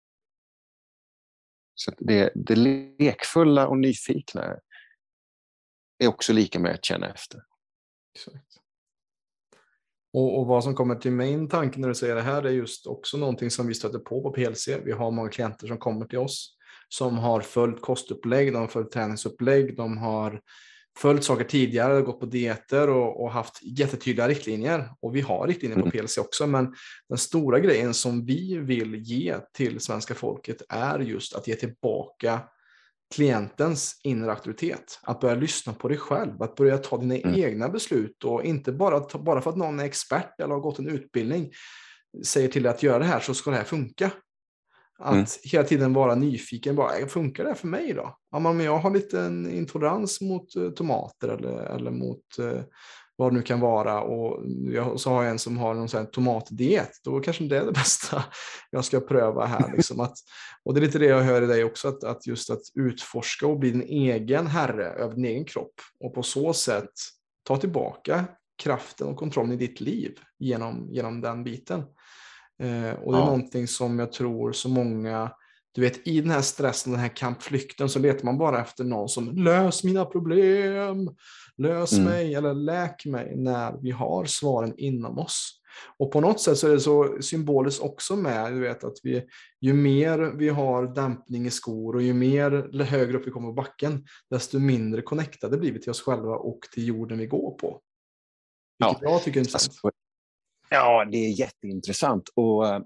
Speaker 1: Så det, det lekfulla och nyfikna är också lika med att känna efter.
Speaker 2: Exakt. Och, och vad som kommer till min tanke när du säger det här är just också någonting som vi stöter på på P L C. Vi har många klienter som kommer till oss som har följt kostupplägg, de har följt träningsupplägg, de har följt saker tidigare, gått på dieter och, och haft jättetydliga riktlinjer. Och vi har riktlinjer på P L C också, men den stora grejen som vi vill ge till svenska folket är just att ge tillbaka klientens inre auktoritet. Att börja lyssna på dig själv, att börja ta dina mm. egna beslut och inte bara, ta, bara för att någon är expert eller har gått en utbildning säger till dig att göra det här så ska det här funka. Att mm. hela tiden vara nyfiken. Bara, funkar det här för mig då? Ja, men jag har lite en intolerans mot uh, tomater eller, eller mot uh, vad det nu kan vara. Och jag, så har jag en som har någon sån här tomatdiet. Då kanske det är det bästa jag ska pröva här. Liksom. Att, och det är lite det jag hör i dig också. Att, att just att utforska och bli din egen herre över din egen kropp. Och på så sätt ta tillbaka kraften och kontrollen i ditt liv genom, genom den biten. Eh, och det är ja. någonting som jag tror så många, du vet, i den här stressen, den här kampflykten så letar man bara efter någon som lös mina problem, lös mm. mig eller läk mig, när vi har svaren inom oss. Och på något sätt så är det så symboliskt också med, du vet, att vi, ju mer vi har dämpning i skor och ju mer högre upp vi kommer på backen, desto mindre connectade blir vi till oss själva och till jorden vi går på. Vilket ja. jag tycker är intressant.
Speaker 1: Alltså, ja, det är jätteintressant. Och äh,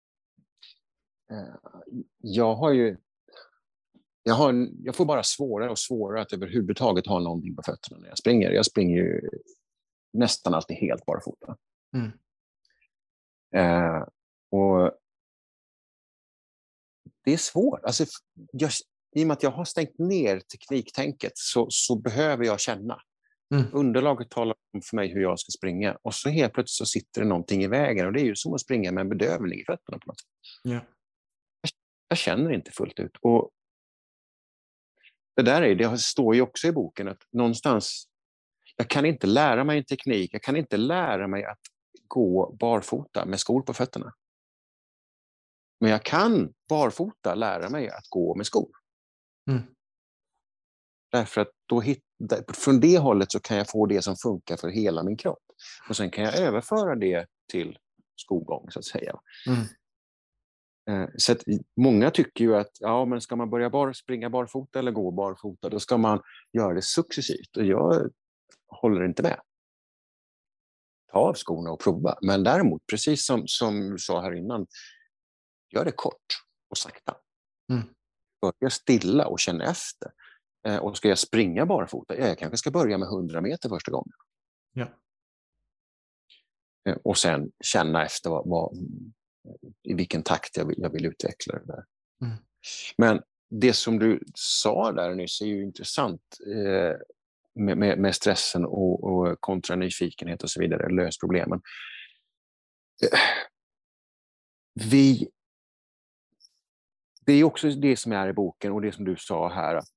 Speaker 1: jag har ju jag, har, jag får bara svårare och svårare att överhuvudtaget ha någonting på fötterna när jag springer. Jag springer ju nästan alltid helt barfota. Mm. Äh, och det är svårt. Alltså, jag, i och med att jag har stängt ner tekniktänket så, så behöver jag känna. Mm. Underlaget talar om för mig hur jag ska springa. Och så helt plötsligt så sitter det någonting i vägen. Och det är ju som att springa med en bedövning i fötterna på något sätt.
Speaker 2: Yeah.
Speaker 1: Jag, jag känner inte fullt ut. Och det där är, det står ju också i boken att någonstans, jag kan inte lära mig en teknik. Jag kan inte lära mig att gå barfota med skor på fötterna. Men jag kan barfota lära mig att gå med skor.
Speaker 2: Mm.
Speaker 1: Därför att då hit, från det hållet så kan jag få det som funkar för hela min kropp. Och sen kan jag överföra det till skogång så att säga. Mm. Så att många tycker ju att ja, men ska man börja bar, springa barfota eller gå barfota, då ska man göra det successivt. Och jag håller inte med. Ta av skorna och prova. Men däremot, precis som, som du sa här innan, gör det kort och sakta.
Speaker 2: Mm.
Speaker 1: Börja stilla och känna efter. Och ska jag springa barfota? Ja, jag kanske ska börja med hundra meter första gången.
Speaker 2: Ja.
Speaker 1: Och sen känna efter vad, vad, i vilken takt jag vill, jag vill utveckla det där.
Speaker 2: Mm.
Speaker 1: Men det som du sa där nyss är ju intressant eh, med, med, med stressen och, och kontra nyfikenhet och så vidare, lös problemen. Eh, vi Det är också det som är i boken och det som du sa här, att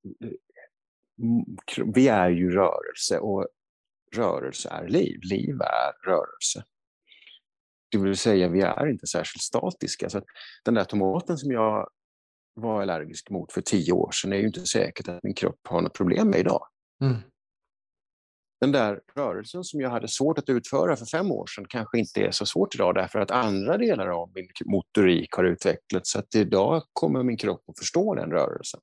Speaker 1: vi är ju rörelse och rörelse är liv. Liv är rörelse. Det vill säga, vi är inte särskilt statiska. Så att den där tomaten som jag var allergisk mot för tio år sedan är ju inte säkert att min kropp har något problem med idag.
Speaker 2: Mm.
Speaker 1: Den där rörelsen som jag hade svårt att utföra för fem år sedan kanske inte är så svårt idag därför att andra delar av min motorik har utvecklats. Så att idag kommer min kropp att förstå den rörelsen.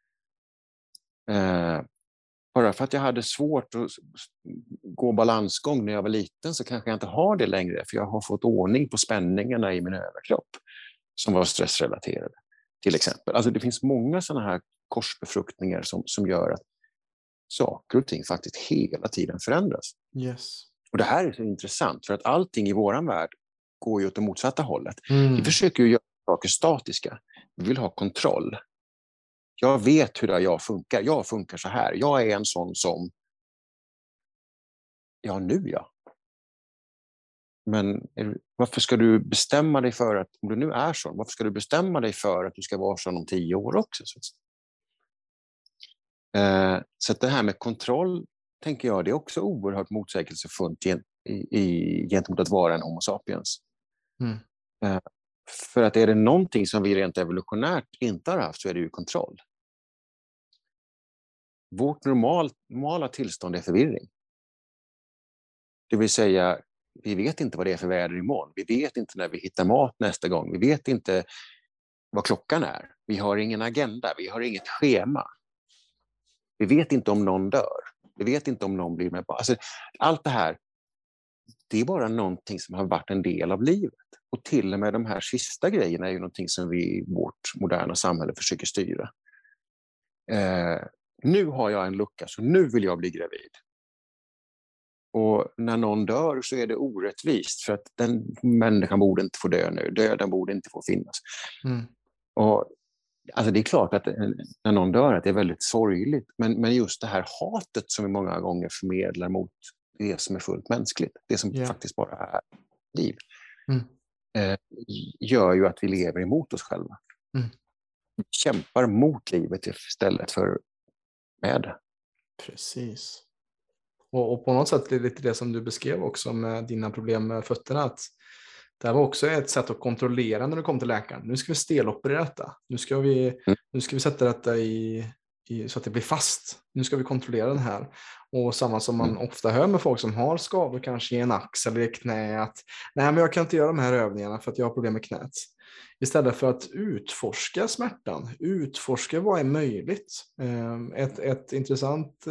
Speaker 1: Eh, bara för att jag hade svårt att gå balansgång när jag var liten så kanske jag inte har det längre. För jag har fått ordning på spänningarna i min överkropp som var stressrelaterade till exempel. Alltså det finns många sådana här korsbefruktningar som, som gör att saker och ting faktiskt hela tiden förändras.
Speaker 2: Yes.
Speaker 1: Och det här är så intressant för att allting i våran värld går ju åt det motsatta hållet.
Speaker 2: Mm.
Speaker 1: Vi försöker ju göra saker statiska. Vi vill ha kontroll. Jag vet hur jag funkar. Jag funkar så här. Jag är en sån som... Ja, nu ja. Men varför ska du bestämma dig för att... Om du nu är sån, varför ska du bestämma dig för att du ska vara sån om tio år också? Så Eh, så att det här med kontroll, tänker jag, det är också oerhört motsägelsefullt gen, i, i, gentemot att vara en homo sapiens.
Speaker 2: Mm.
Speaker 1: Eh, för att är det någonting som vi rent evolutionärt inte har haft så är det ju kontroll. Vårt normal, normala tillstånd är förvirring. Det vill säga, vi vet inte vad det är för väder imorgon. Vi vet inte när vi hittar mat nästa gång. Vi vet inte vad klockan är. Vi har ingen agenda, vi har inget schema. Vi vet inte om någon dör. Vi vet inte om någon blir med på. Alltså, allt det här, det är bara någonting som har varit en del av livet. Och till och med de här sista grejerna är ju någonting som vi i vårt moderna samhälle försöker styra. Eh, nu har jag en lucka, så nu vill jag bli gravid. Och när någon dör så är det orättvist, för att den människan borde inte få dö nu. Döden borde inte få finnas.
Speaker 2: Mm.
Speaker 1: Och, alltså det är klart att när någon dör att det är väldigt sorgligt. Men, men just det här hatet som vi många gånger förmedlar mot det som är fullt mänskligt, det som
Speaker 2: Yeah.
Speaker 1: faktiskt bara är liv,
Speaker 2: Mm.
Speaker 1: eh, gör ju att vi lever emot oss själva.
Speaker 2: Mm.
Speaker 1: Vi kämpar mot livet istället för med det.
Speaker 2: Precis. Och, och på något sätt är det lite det som du beskrev också med dina problem med fötterna. Att det här var också ett sätt att kontrollera när du kom till läkaren. Nu ska vi steloperera detta. Nu ska vi,
Speaker 1: Mm.
Speaker 2: nu ska vi sätta detta i, i, så att det blir fast. Nu ska vi kontrollera den här. Och samma som man
Speaker 1: Mm.
Speaker 2: ofta hör med folk som har skador kanske i en axel eller i knä. Att, nej, men jag kan inte göra de här övningarna för att jag har problem med knät. Istället för att utforska smärtan. Utforska vad är möjligt. Ett, ett intressant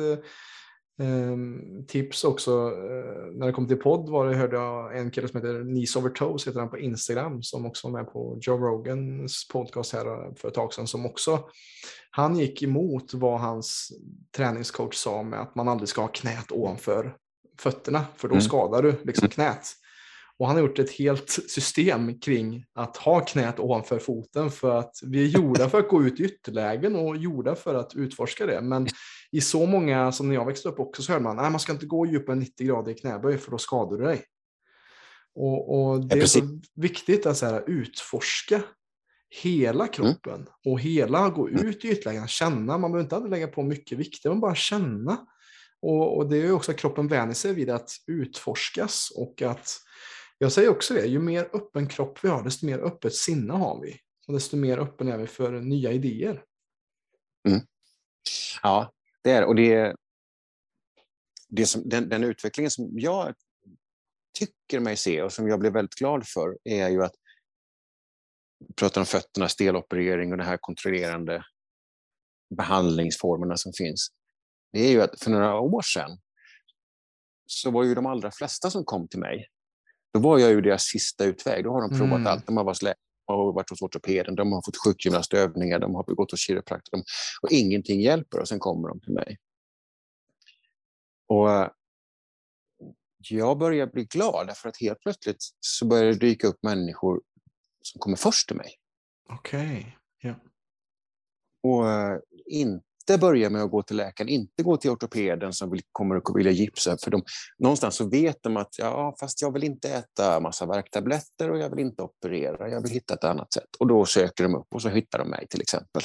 Speaker 2: Um, tips också uh, när det kom till podd var det, hörde jag en kille som heter Knees Over Toes, heter han på Instagram, som också var med på Joe Rogans podcast här för ett tag sedan, som också, han gick emot vad hans träningscoach sa med att man aldrig ska ha knät ovanför fötterna, för då
Speaker 1: Mm.
Speaker 2: skadar du liksom knät. Och han har gjort ett helt system kring att ha knät ovanför foten, för att vi är gjorda för att gå ut i ytterlägen och gjorda för att utforska det. Men i så många, som när jag växte upp också, så hör man, nej, man ska inte gå djupare än nittio grader i knäböj för då skadar du dig. Och, och det
Speaker 1: Ja,
Speaker 2: är så viktigt att så här, utforska hela kroppen mm. och hela gå ut i ytterlägen, känna. Man behöver inte alltid lägga på mycket vikter, men bara känna. Och, och det är ju också att kroppen vänjer sig vid att utforskas, och att jag säger också det, ju mer öppen kropp vi har, desto mer öppet sinne har vi. Och desto mer öppen är vi för nya idéer.
Speaker 1: Mm. Ja, det är och det, det som, den, den utvecklingen som jag tycker mig se och som jag blev väldigt glad för är ju att vi pratar om fötterna, steloperering och de här kontrollerande behandlingsformerna som finns. Det är ju att för några år sedan så var ju de allra flesta som kom till mig, då var jag ju deras sista utväg. Då har de provat mm. allt. De har varit läkare, de har varit hos ortopeden, de har fått sjukgymnastövningar, de har gått hos kiropraktor och ingenting hjälper, och sen kommer de till mig. Och jag börjar bli glad för att helt plötsligt så börjar det dyka upp människor som kommer först till mig.
Speaker 2: Okej, okay. ja.
Speaker 1: Och inte börja med att gå till läkaren, inte gå till ortopeden som vill, kommer att vilja gipsa, för de, någonstans så vet de att ja, fast jag vill inte äta massa värktabletter och jag vill inte operera, jag vill hitta ett annat sätt. Och då söker de upp och så hittar de mig till exempel.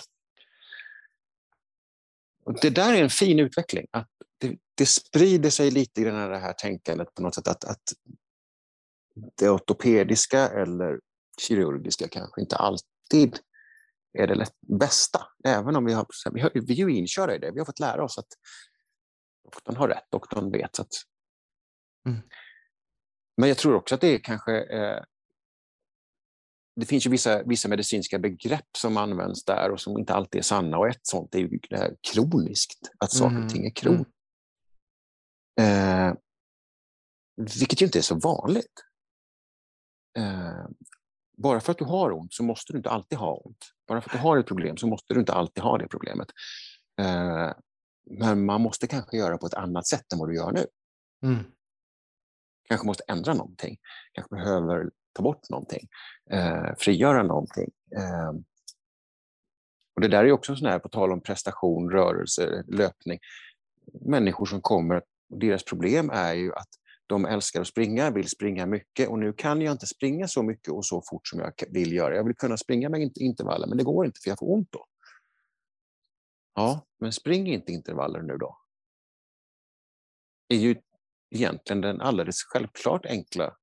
Speaker 1: Och det där är en fin utveckling, att det, det sprider sig lite i det här, det här tänkandet på något sätt, att, att det ortopediska eller kirurgiska kanske inte alltid är det lätt, bästa. Även om vi har, vi, har, vi är ju inkörda i det. Vi har fått lära oss att doktorn har rätt, doktorn vet. Att... Mm. Men jag tror också att det är kanske... Eh, det finns ju vissa, vissa medicinska begrepp som används där och som inte alltid är sanna. Och ett sånt är ju det här kroniskt. Att saker och ting är kroniskt. Mm. Eh, vilket ju inte är så vanligt. Eh, bara för att du har ont så måste du inte alltid ha ont. Bara för att du har ett problem så måste du inte alltid ha det problemet. Eh, men man måste kanske göra på ett annat sätt än vad du gör nu. Mm. Kanske måste ändra någonting. Kanske behöver ta bort någonting. Eh, frigöra någonting. Eh, och det där är också sån här, på tal om prestation, rörelse, löpning. Människor som kommer, deras problem är ju att de älskar att springa, vill springa mycket, och nu kan jag inte springa så mycket och så fort som jag vill göra. Jag vill kunna springa med intervaller, men det går inte för jag får ont då. Ja, men spring inte intervaller nu då. Det är ju egentligen den alldeles självklart enkla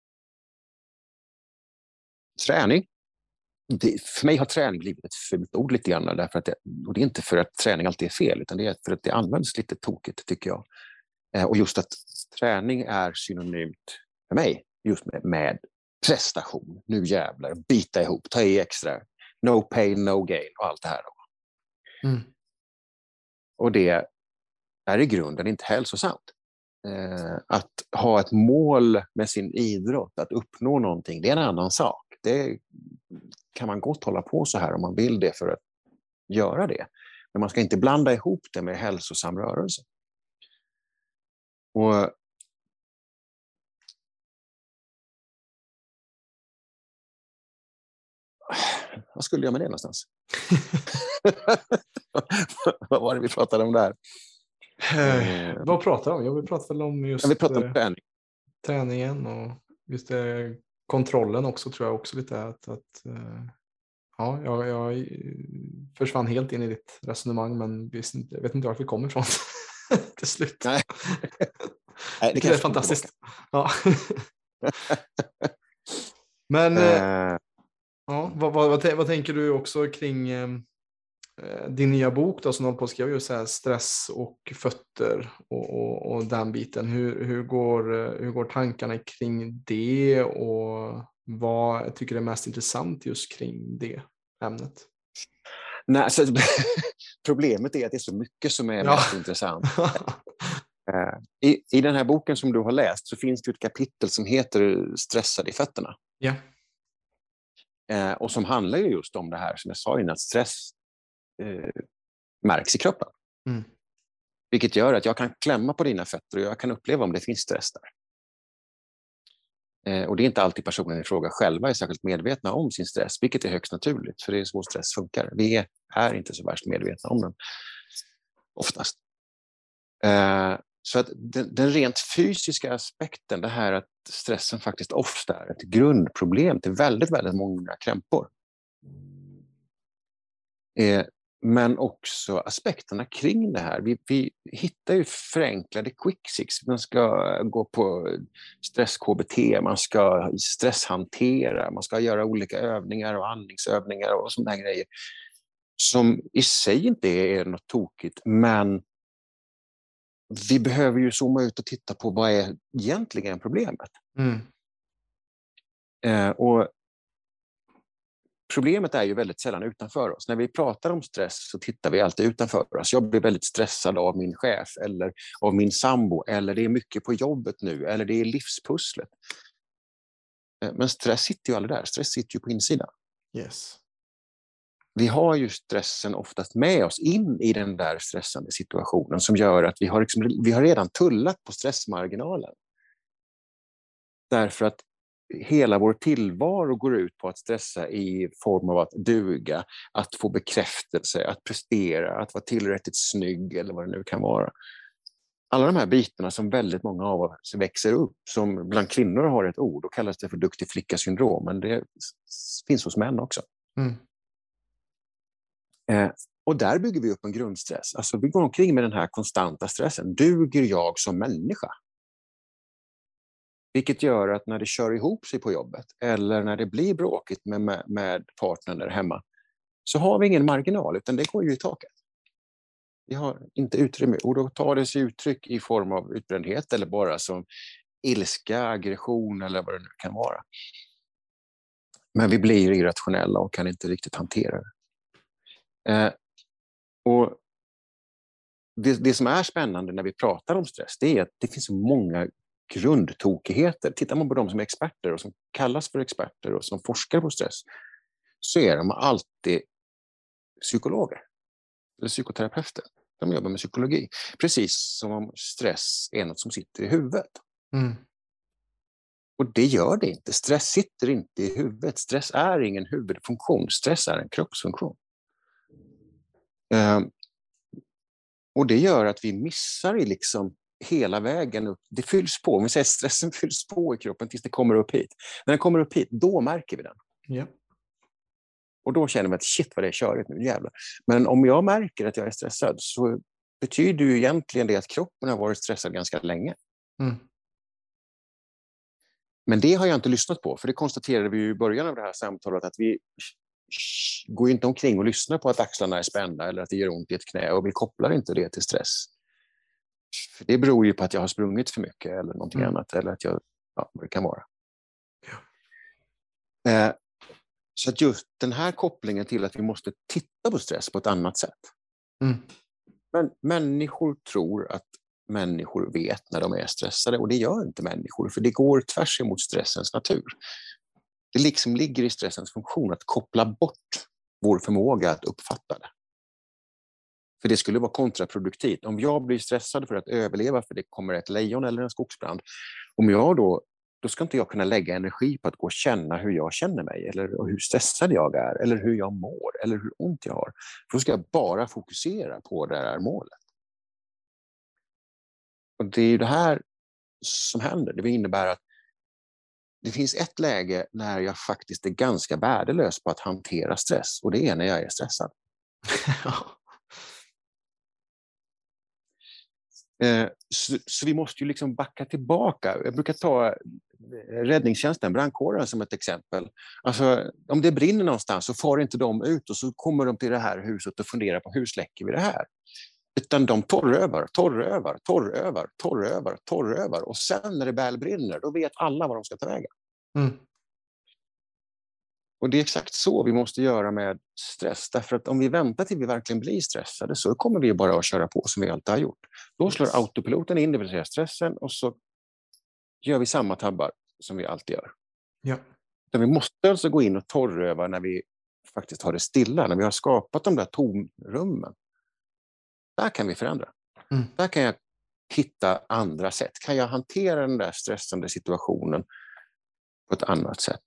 Speaker 1: träning. Det, för mig har träning blivit ett fult ord lite grann, därför att det, och det är inte för att träning alltid är fel, utan det är för att det används lite tokigt, tycker jag. Och just att träning är synonymt för mig just med, med prestation. Nu jävlar, bita ihop, ta i extra. No pain, no gain och allt det här. Mm. Och det, är i grunden inte hälsosamt. Eh, att ha ett mål med sin idrott, att uppnå någonting, det är en annan sak. Det kan man gott hålla på så här om man vill det för att göra det. Men man ska inte blanda ihop det med hälsosam rörelse. Och vad skulle jag med det någonstans? Vad var det vi pratade om där?
Speaker 2: Eh, vad pratar vi om? Jag vill prata väl om just
Speaker 1: ja, vi pratar om
Speaker 2: eh,
Speaker 1: träning.
Speaker 2: träningen och just det, kontrollen också, tror jag också lite att, att eh, ja, jag, jag försvann helt in i ditt resonemang, men visst, jag vet inte vart vi kommer ifrån till slut.
Speaker 1: Nej. Nej, det,
Speaker 2: det är fantastiskt. Ja. Men
Speaker 1: uh,
Speaker 2: ja, vad, vad, vad, vad tänker du också kring eh, din nya bok då, som håller på att skriva, så här, stress och fötter och, och, och den biten. Hur, hur, går, hur går tankarna kring det, och vad tycker du är mest intressant just kring det ämnet?
Speaker 1: Nej, alltså, problemet är att det är så mycket som är
Speaker 2: Ja.
Speaker 1: mest intressant. I, I den här boken som du har läst så finns det ett kapitel som heter Stressad i fötterna.
Speaker 2: Ja.
Speaker 1: Eh, och som handlar ju just om det här som jag sa innan, att stress eh, märks i kroppen.
Speaker 2: Mm.
Speaker 1: Vilket gör att jag kan klämma på dina fötter och jag kan uppleva om det finns stress där. Eh, och det är inte alltid personen i fråga själva är särskilt medvetna om sin stress, vilket är högst naturligt, för det är så stress funkar. Vi är, är inte så värst medvetna om den, oftast. Eh, så att den, den rent fysiska aspekten, det här att stressen faktiskt ofta är ett grundproblem till väldigt, väldigt många krämpor. Eh, men också aspekterna kring det här. Vi, vi hittar ju förenklade quick fix. Man ska gå på stress-K B T, man ska stresshantera, man ska göra olika övningar och andningsövningar och sådana här grejer. Som i sig inte är något tokigt, men vi behöver ju zooma ut och titta på vad är egentligen problemet.
Speaker 2: Mm.
Speaker 1: Eh, och problemet är ju väldigt sällan utanför oss. När vi pratar om stress så tittar vi alltid utanför oss. Jag blir väldigt stressad av min chef eller av min sambo, eller det är mycket på jobbet nu, eller det är livspusslet. Eh, men stress sitter ju aldrig där. Stress sitter ju på insidan.
Speaker 2: Yes.
Speaker 1: Vi har ju stressen oftast med oss in i den där stressande situationen som gör att vi har, liksom, vi har redan tullat på stressmarginalen. Därför att hela vår tillvaro går ut på att stressa i form av att duga, att få bekräftelse, att prestera, att vara tillräckligt snygg eller vad det nu kan vara. Alla de här bitarna som väldigt många av oss växer upp, som bland kvinnor har ett ord och kallas det för duktig flicka-syndrom, men det finns hos män också.
Speaker 2: Mm.
Speaker 1: Eh, och där bygger vi upp en grundstress. Alltså vi går omkring med den här konstanta stressen. Duger jag som människa? Vilket gör att när det kör ihop sig på jobbet eller när det blir bråkigt med, med, med partnern där hemma, så har vi ingen marginal, utan det går ju i taket. Vi har inte utrymme, och då tar det sig uttryck i form av utbrändhet eller bara som ilska, aggression eller vad det nu kan vara. Men vi blir irrationella och kan inte riktigt hantera det. Eh, och det, det som är spännande när vi pratar om stress, det är att det finns så många grundtokigheter. Tittar man på de som är experter och som kallas för experter och som forskar på stress, så är de alltid psykologer eller psykoterapeuter. De jobbar med psykologi. Precis som om stress är något som sitter i huvudet.
Speaker 2: Mm.
Speaker 1: Och det gör det inte. Stress sitter inte i huvudet. Stress är ingen huvudfunktion. Stress är en kroppsfunktion. Um, och det gör att vi missar i liksom hela vägen upp. Det fylls på. Om vi säger stressen fylls på i kroppen tills det kommer upp hit. När den kommer upp hit, då märker vi den.
Speaker 2: Yeah.
Speaker 1: Och då känner vi att shit vad det är körigt nu, jävlar. Men om jag märker att jag är stressad, så betyder ju egentligen det att kroppen har varit stressad ganska länge.
Speaker 2: Mm.
Speaker 1: Men det har jag inte lyssnat på, för det konstaterade vi i början av det här samtalet, att vi går inte omkring och lyssnar på att axlarna är spända eller att det gör ont i ett knä, och vi kopplar inte det till stress. För det beror ju på att jag har sprungit för mycket eller någonting mm. annat, eller att jag, ja, vad det kan vara. Ja. Eh, så att just den här kopplingen till att vi måste titta på stress på ett annat sätt.
Speaker 2: Mm.
Speaker 1: Men människor tror att människor vet när de är stressade, och det gör inte människor, för det går tvärs emot stressens natur. Det liksom ligger i stressens funktion att koppla bort vår förmåga att uppfatta det. För det skulle vara kontraproduktivt. Om jag blir stressad för att överleva för det kommer ett lejon eller en skogsbrand, om jag då, då ska inte jag kunna lägga energi på att gå och känna hur jag känner mig, eller hur stressad jag är, eller hur jag mår, eller hur ont jag har. För då ska jag bara fokusera på det här målet. Och det är ju det här som händer. Det innebär att det finns ett läge när jag faktiskt är ganska värdelös på att hantera stress, och det är när jag är stressad. eh, så, så vi måste ju liksom backa tillbaka. Jag brukar ta räddningstjänsten, brandkåren som ett exempel. Alltså, om det brinner någonstans så far inte de ut och så kommer de till det här huset och funderar på hur släcker vi det här. Utan de torrövar, torrövar, torrövar, torrövar, torrövar. Och sen när det väl brinner, då vet alla vad de ska ta vägen.
Speaker 2: Mm.
Speaker 1: Och det är exakt så vi måste göra med stress. Därför att om vi väntar till vi verkligen blir stressade så kommer vi bara att köra på som vi alltid har gjort. Då slår autopiloten in, det vill säga stressen, och så gör vi samma tabbar som vi alltid gör.
Speaker 2: Ja.
Speaker 1: Så vi måste alltså gå in och torröva när vi faktiskt har det stilla, när vi har skapat de där tomrummen. Där kan vi förändra.
Speaker 2: Mm.
Speaker 1: Där kan jag hitta andra sätt. Kan jag hantera den där stressande situationen på ett annat sätt?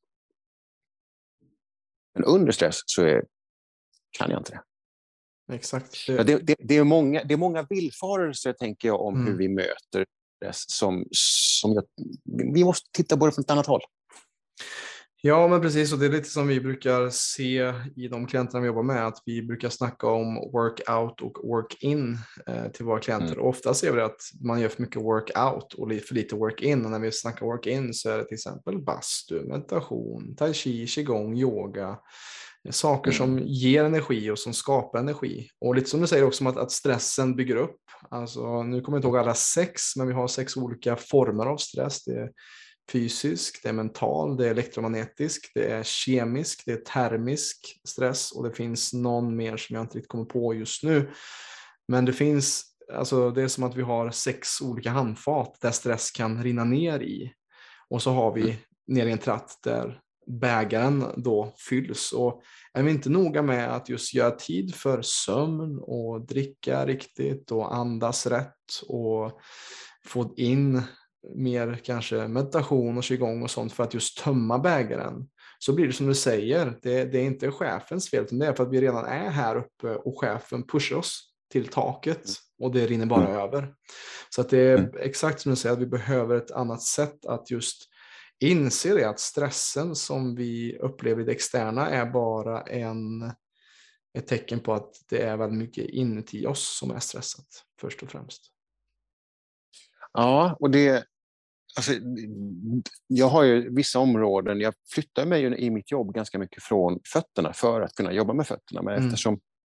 Speaker 1: Men under stress så är, kan jag inte det.
Speaker 2: Exakt.
Speaker 1: Det, det, det, det, är, många, det är många villfarelser, tänker jag, om
Speaker 2: Mm.
Speaker 1: hur vi möter stress. Som, som jag, vi måste titta på det från ett annat håll.
Speaker 2: Ja, men precis. Och det är lite som vi brukar se i de klienterna vi jobbar med, att vi brukar snacka om workout och work-in eh, till våra klienter. Mm. Och ofta ser vi att man gör för mycket workout och för lite work-in. Och när vi snackar work-in så är det till exempel bastu, meditation, tai chi, qigong, yoga. Saker mm. som ger energi och som skapar energi. Och lite som du säger också, att, att stressen bygger upp. Alltså, nu kommer jag inte ihåg alla sex, men vi har sex olika former av stress. Det är fysisk, det är mental, det är elektromagnetisk, det är kemisk, det är termisk stress, och det finns någon mer som jag inte riktigt kommer på just nu. Men det finns, alltså det är som att vi har sex olika handfat där stress kan rinna ner i. Och så har vi ner i en tratt där bägaren då fylls. Och är vi inte noga med att just göra tid för sömn och dricka riktigt och andas rätt och få in mer kanske meditation och qigong och sånt för att just tömma bägaren, så blir det som du säger, det, det är inte chefens fel, utan det är för att vi redan är här uppe och chefen pushar oss till taket och det rinner bara mm. över. Så att det är mm. exakt som du säger, att vi behöver ett annat sätt att just inse det, att stressen som vi upplever i det externa är bara en, ett tecken på att det är väldigt mycket inuti oss som är stressat först och främst.
Speaker 1: Ja, och det, alltså, jag har ju vissa områden, jag flyttar mig ju i mitt jobb ganska mycket från fötterna för att kunna jobba med fötterna, men mm. eftersom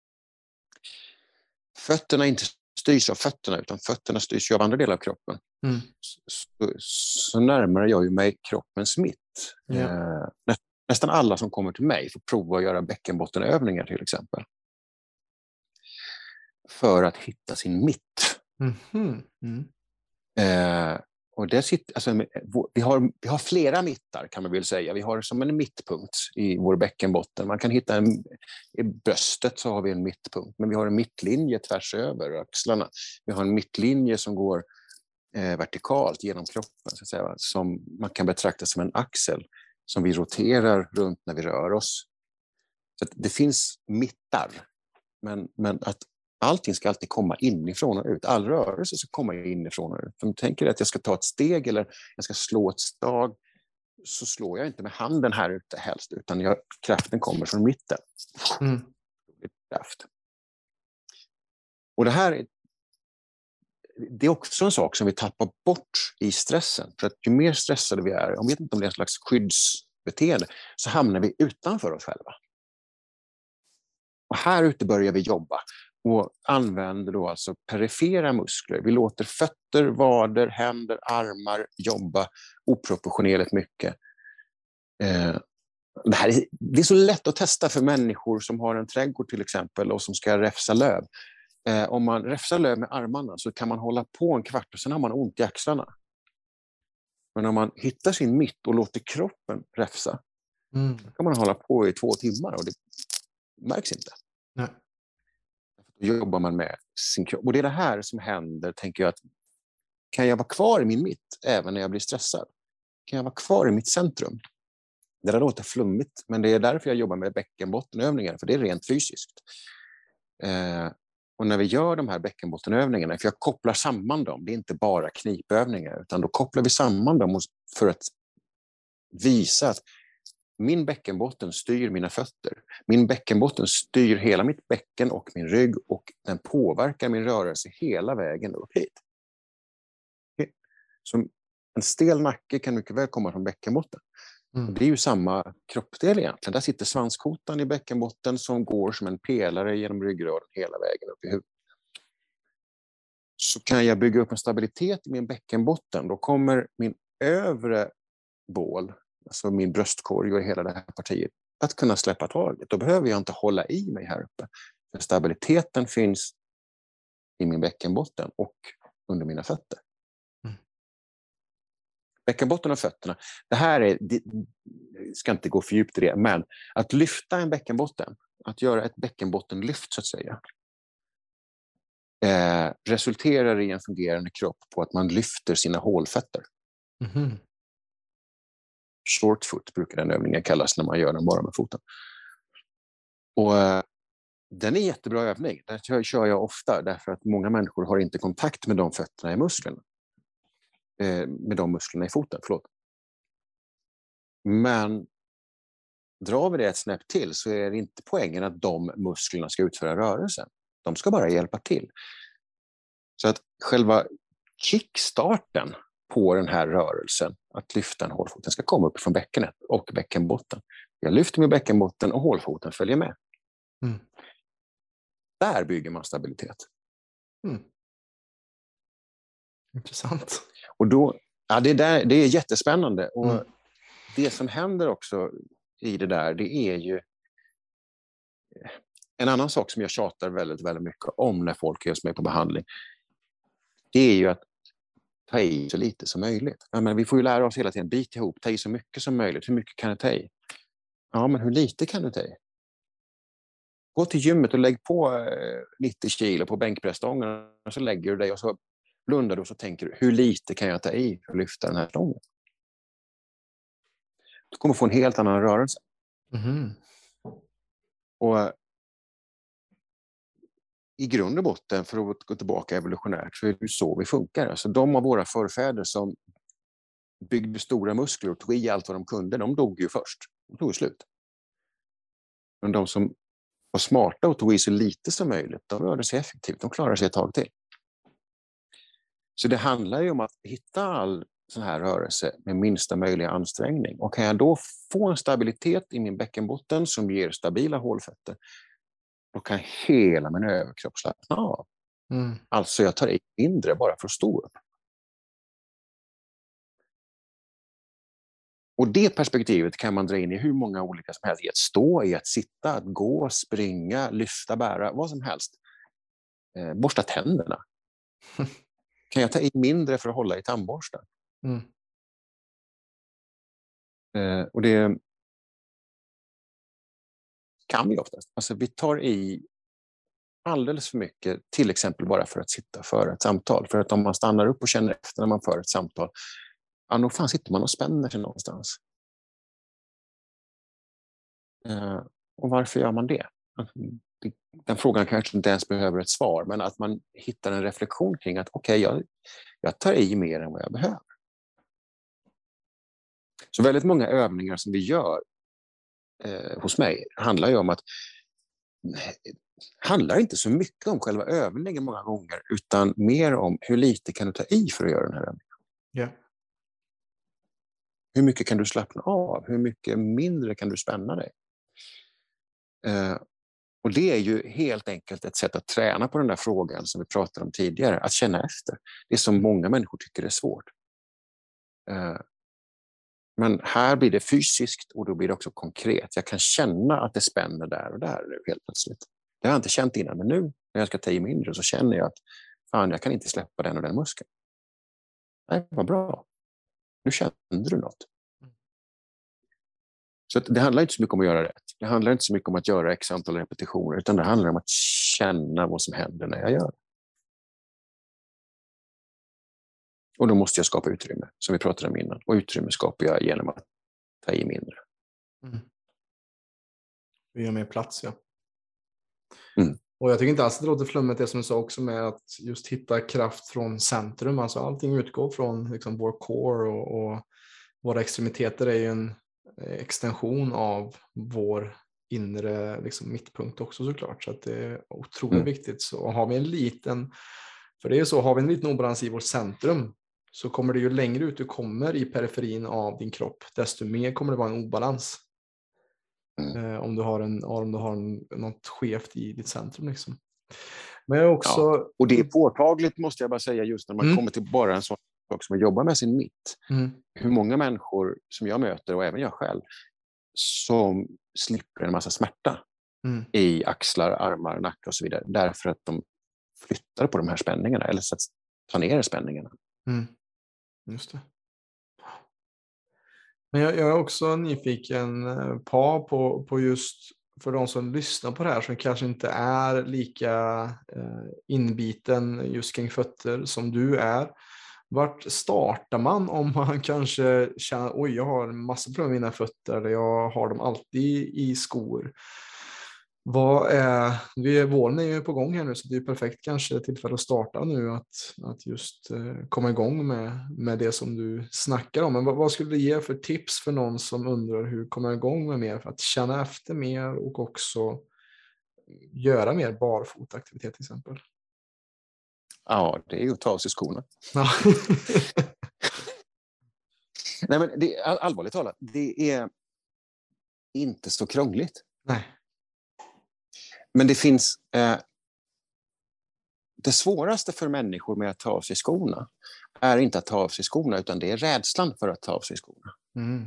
Speaker 1: fötterna inte styrs av fötterna utan fötterna styrs av andra delar av kroppen, mm. så, så närmar jag ju mig kroppens mitt. Ja. Eh, nä, nästan alla som kommer till mig får prova att göra bäckenbottenövningar till exempel. För att hitta sin mitt.
Speaker 2: Mm. Mm.
Speaker 1: Eh, och där sitter, alltså, vi, har, vi har flera mittar kan man väl säga. Vi har som en mittpunkt i vår bäckenbotten. Man kan hitta en, i bröstet så har vi en mittpunkt. Men vi har en mittlinje tvärs över axlarna. Vi har en mittlinje som går eh, vertikalt genom kroppen. Så att säga, som man kan betrakta som en axel. Som vi roterar runt när vi rör oss. Så att det finns mittar. Men, men att allting ska alltid komma inifrån och ut. All rörelse ska komma inifrån och ut. Om jag tänker att jag ska ta ett steg eller jag ska slå ett slag, så slår jag inte med handen här ute helst, utan jag, kraften kommer från mitten. Mm. Kraft. Och det här är, det är också en sak som vi tappar bort i stressen. För att ju mer stressade vi är, om vi vet inte om det är en slags skyddsbeteende, så hamnar vi utanför oss själva. Och här ute börjar vi jobba. Och använder då alltså perifera muskler. Vi låter fötter, vader, händer, armar jobba oproportionerligt mycket. Eh, det, här är, det är så lätt att testa för människor som har en trädgård till exempel och som ska räfsa löv. Eh, om man räfsar löv med armarna så kan man hålla på en kvart och sen har man ont i axlarna. Men om man hittar sin mitt och låter kroppen räfsa,
Speaker 2: Mm.
Speaker 1: då kan man hålla på i två timmar och det märks inte.
Speaker 2: Nej.
Speaker 1: Då jobbar man med sin kropp. Och det är det här som händer, tänker jag, att kan jag vara kvar i min mitt även när jag blir stressad? Kan jag vara kvar i mitt centrum? Det där låter flummigt, men det är därför jag jobbar med bäckenbottenövningar, för det är rent fysiskt. Eh, och när vi gör de här bäckenbottenövningarna, för jag kopplar samman dem, det är inte bara knipövningar, utan då kopplar vi samman dem för att visa att min bäckenbotten styr mina fötter. Min bäckenbotten styr hela mitt bäcken och min rygg, och den påverkar min rörelse hela vägen upp hit. Så en stel nacke kan mycket väl komma från bäckenbotten. Mm. Det är ju samma kroppsdel egentligen. Där sitter svanskotan i bäckenbotten som går som en pelare genom ryggraden hela vägen upp i huvudet. Så kan jag bygga upp en stabilitet i min bäckenbotten, då kommer min övre bål, alltså min bröstkorg och hela det här partiet, att kunna släppa taget. Då behöver jag inte hålla i mig här uppe. För stabiliteten finns i min bäckenbotten och under mina fötter. Mm. Bäckenbotten och fötterna, det här är, det, ska inte gå för djupt i det, men att lyfta en bäckenbotten, att göra ett bäckenbottenlyft så att säga, eh, resulterar i en fungerande kropp på att man lyfter sina hålfötter. Mm. Short foot brukar den övningen kallas när man gör den bara med foten. Och eh, den är en jättebra övning. Den kör jag ofta därför att många människor har inte kontakt med de fötterna i musklerna. Eh, med de musklerna i foten, förlåt. Men drar vi det ett snäpp till så är det inte poängen att de musklerna ska utföra rörelsen. De ska bara hjälpa till. Så att själva kickstarten på den här rörelsen, att lyfta en hålfoten, ska komma upp från bäckenet och bäckenbotten. Jag lyfter med bäckenbotten och hålfoten följer med. Mm. Där bygger man stabilitet.
Speaker 2: Mm. Intressant.
Speaker 1: Och då, ja, det, där, det är jättespännande. Och mm. det som händer också i det där, det är ju en annan sak som jag tjatar väldigt, väldigt mycket om när folk är hos mig på behandling. Det är ju att ta i så lite som möjligt. Ja, men vi får ju lära oss hela tiden, bit ihop, ta i så mycket som möjligt. Hur mycket kan du ta i? Ja, men hur lite kan du ta i? Gå till gymmet och lägg på nittio kilo på bänkpressstången, och så lägger du dig och så blundar du och så tänker du, hur lite kan jag ta i för att lyfta den här stången? Du kommer få en helt annan rörelse. Mm. Och i grund och botten, för att gå tillbaka evolutionärt, så är det så vi funkar. Alltså de av våra förfäder som byggde stora muskler och tog i allt vad de kunde, de dog ju först. De tog ju slut. Men de som var smarta och tog i så lite som möjligt, de rörde sig effektivt. De klarade sig ett tag till. Så det handlar ju om att hitta all sån här rörelse med minsta möjliga ansträngning. Och kan jag då få en stabilitet i min bäckenbotten som ger stabila hålfötter, då kan hela min överkropp slappna av. Mm. Alltså jag tar i mindre bara för att stå upp. Och det perspektivet kan man dra in i hur många olika som helst. I att stå, i att sitta, att gå, springa, lyfta, bära, vad som helst. Eh, borsta tänderna. Kan jag ta i mindre för att hålla i tandborsten? Mm. Eh, och det kan vi oftast. Alltså vi tar i alldeles för mycket, till exempel bara för att sitta för ett samtal. För att om man stannar upp och känner efter när man för ett samtal, ja, då fan sitter man och spänner sig någonstans. Eh, och varför gör man det? Den frågan kanske inte ens behöver ett svar, men att man hittar en reflektion kring att okej, okay, jag, jag tar i mer än vad jag behöver. Så väldigt många övningar som vi gör eh, hos mig handlar ju om att handlar inte så mycket om själva övningen många gånger, utan mer om hur lite kan du ta i för att göra den här övningen.
Speaker 2: Yeah.
Speaker 1: Hur mycket kan du slappna av? Hur mycket mindre kan du spänna dig? Eh, och det är ju helt enkelt ett sätt att träna på den där frågan som vi pratade om tidigare, att känna efter. Det som många människor tycker är svårt. Eh, men här blir det fysiskt och då blir det också konkret. Jag kan känna att det spänner där och där nu helt plötsligt. Det har jag inte känt innan, men nu när jag ska ta i mindre så känner jag att fan, jag kan inte släppa den och den muskeln. Nej, vad bra. Nu kände du något. Så att det handlar inte så mycket om att göra rätt. Det handlar inte så mycket om att göra x antal repetitioner, utan det handlar om att känna vad som händer när jag gör det. Och då måste jag skapa utrymme, som vi pratade om innan. Och utrymme skapar jag genom att ta i mindre.
Speaker 2: Mm. Vi gör mer plats, ja.
Speaker 1: Mm.
Speaker 2: Och jag tycker inte alls att det låter flummigt det som du sa också med att just hitta kraft från centrum. Alltså allting utgår från liksom vår core och, och våra extremiteter är ju en extension av vår inre liksom, mittpunkt också såklart. Så att det är otroligt mm. viktigt. Så har vi en liten, för det är så, har vi en liten obalans i vårt centrum så kommer det ju längre ut du kommer i periferin av din kropp, desto mer kommer det vara en obalans. Mm. Eh, om du har, en, om du har en, något skevt i ditt centrum. Liksom. Men jag också...
Speaker 1: Ja, och det är påtagligt måste jag bara säga just när man mm. kommer till bara en sån sak som att jobba med sin mitt. Mm. Hur många människor som jag möter och även jag själv som slipper en massa smärta mm. i axlar, armar, nacke och så vidare därför att de flyttar på de här spänningarna eller så att ta ner spänningarna.
Speaker 2: Mm. Just det. Men jag, jag är också nyfiken på, på, på just för de som lyssnar på det här som kanske inte är lika eh, inbiten just kring fötter som du är. Vart startar man om man kanske känner oj, jag har en massa problem med mina fötter eller jag har dem alltid i skor. Vad är, vi är, våren är ju på gång här nu så det är perfekt kanske tillfälle att starta nu att, att just eh, komma igång med, med det som du snackar om. Men vad, vad skulle du ge för tips för någon som undrar hur komma igång med mer för att känna efter mer och också göra mer barfotaktivitet till exempel?
Speaker 1: Ja, det är ju att ta av sig skorna.
Speaker 2: Ja.
Speaker 1: Nej, men det, all, allvarligt talat, det är inte så krångligt.
Speaker 2: Nej.
Speaker 1: Men det finns... Eh, det svåraste för människor med att ta av sig skorna är inte att ta av sig skorna, utan det är rädslan för att ta av sig skorna. Mm.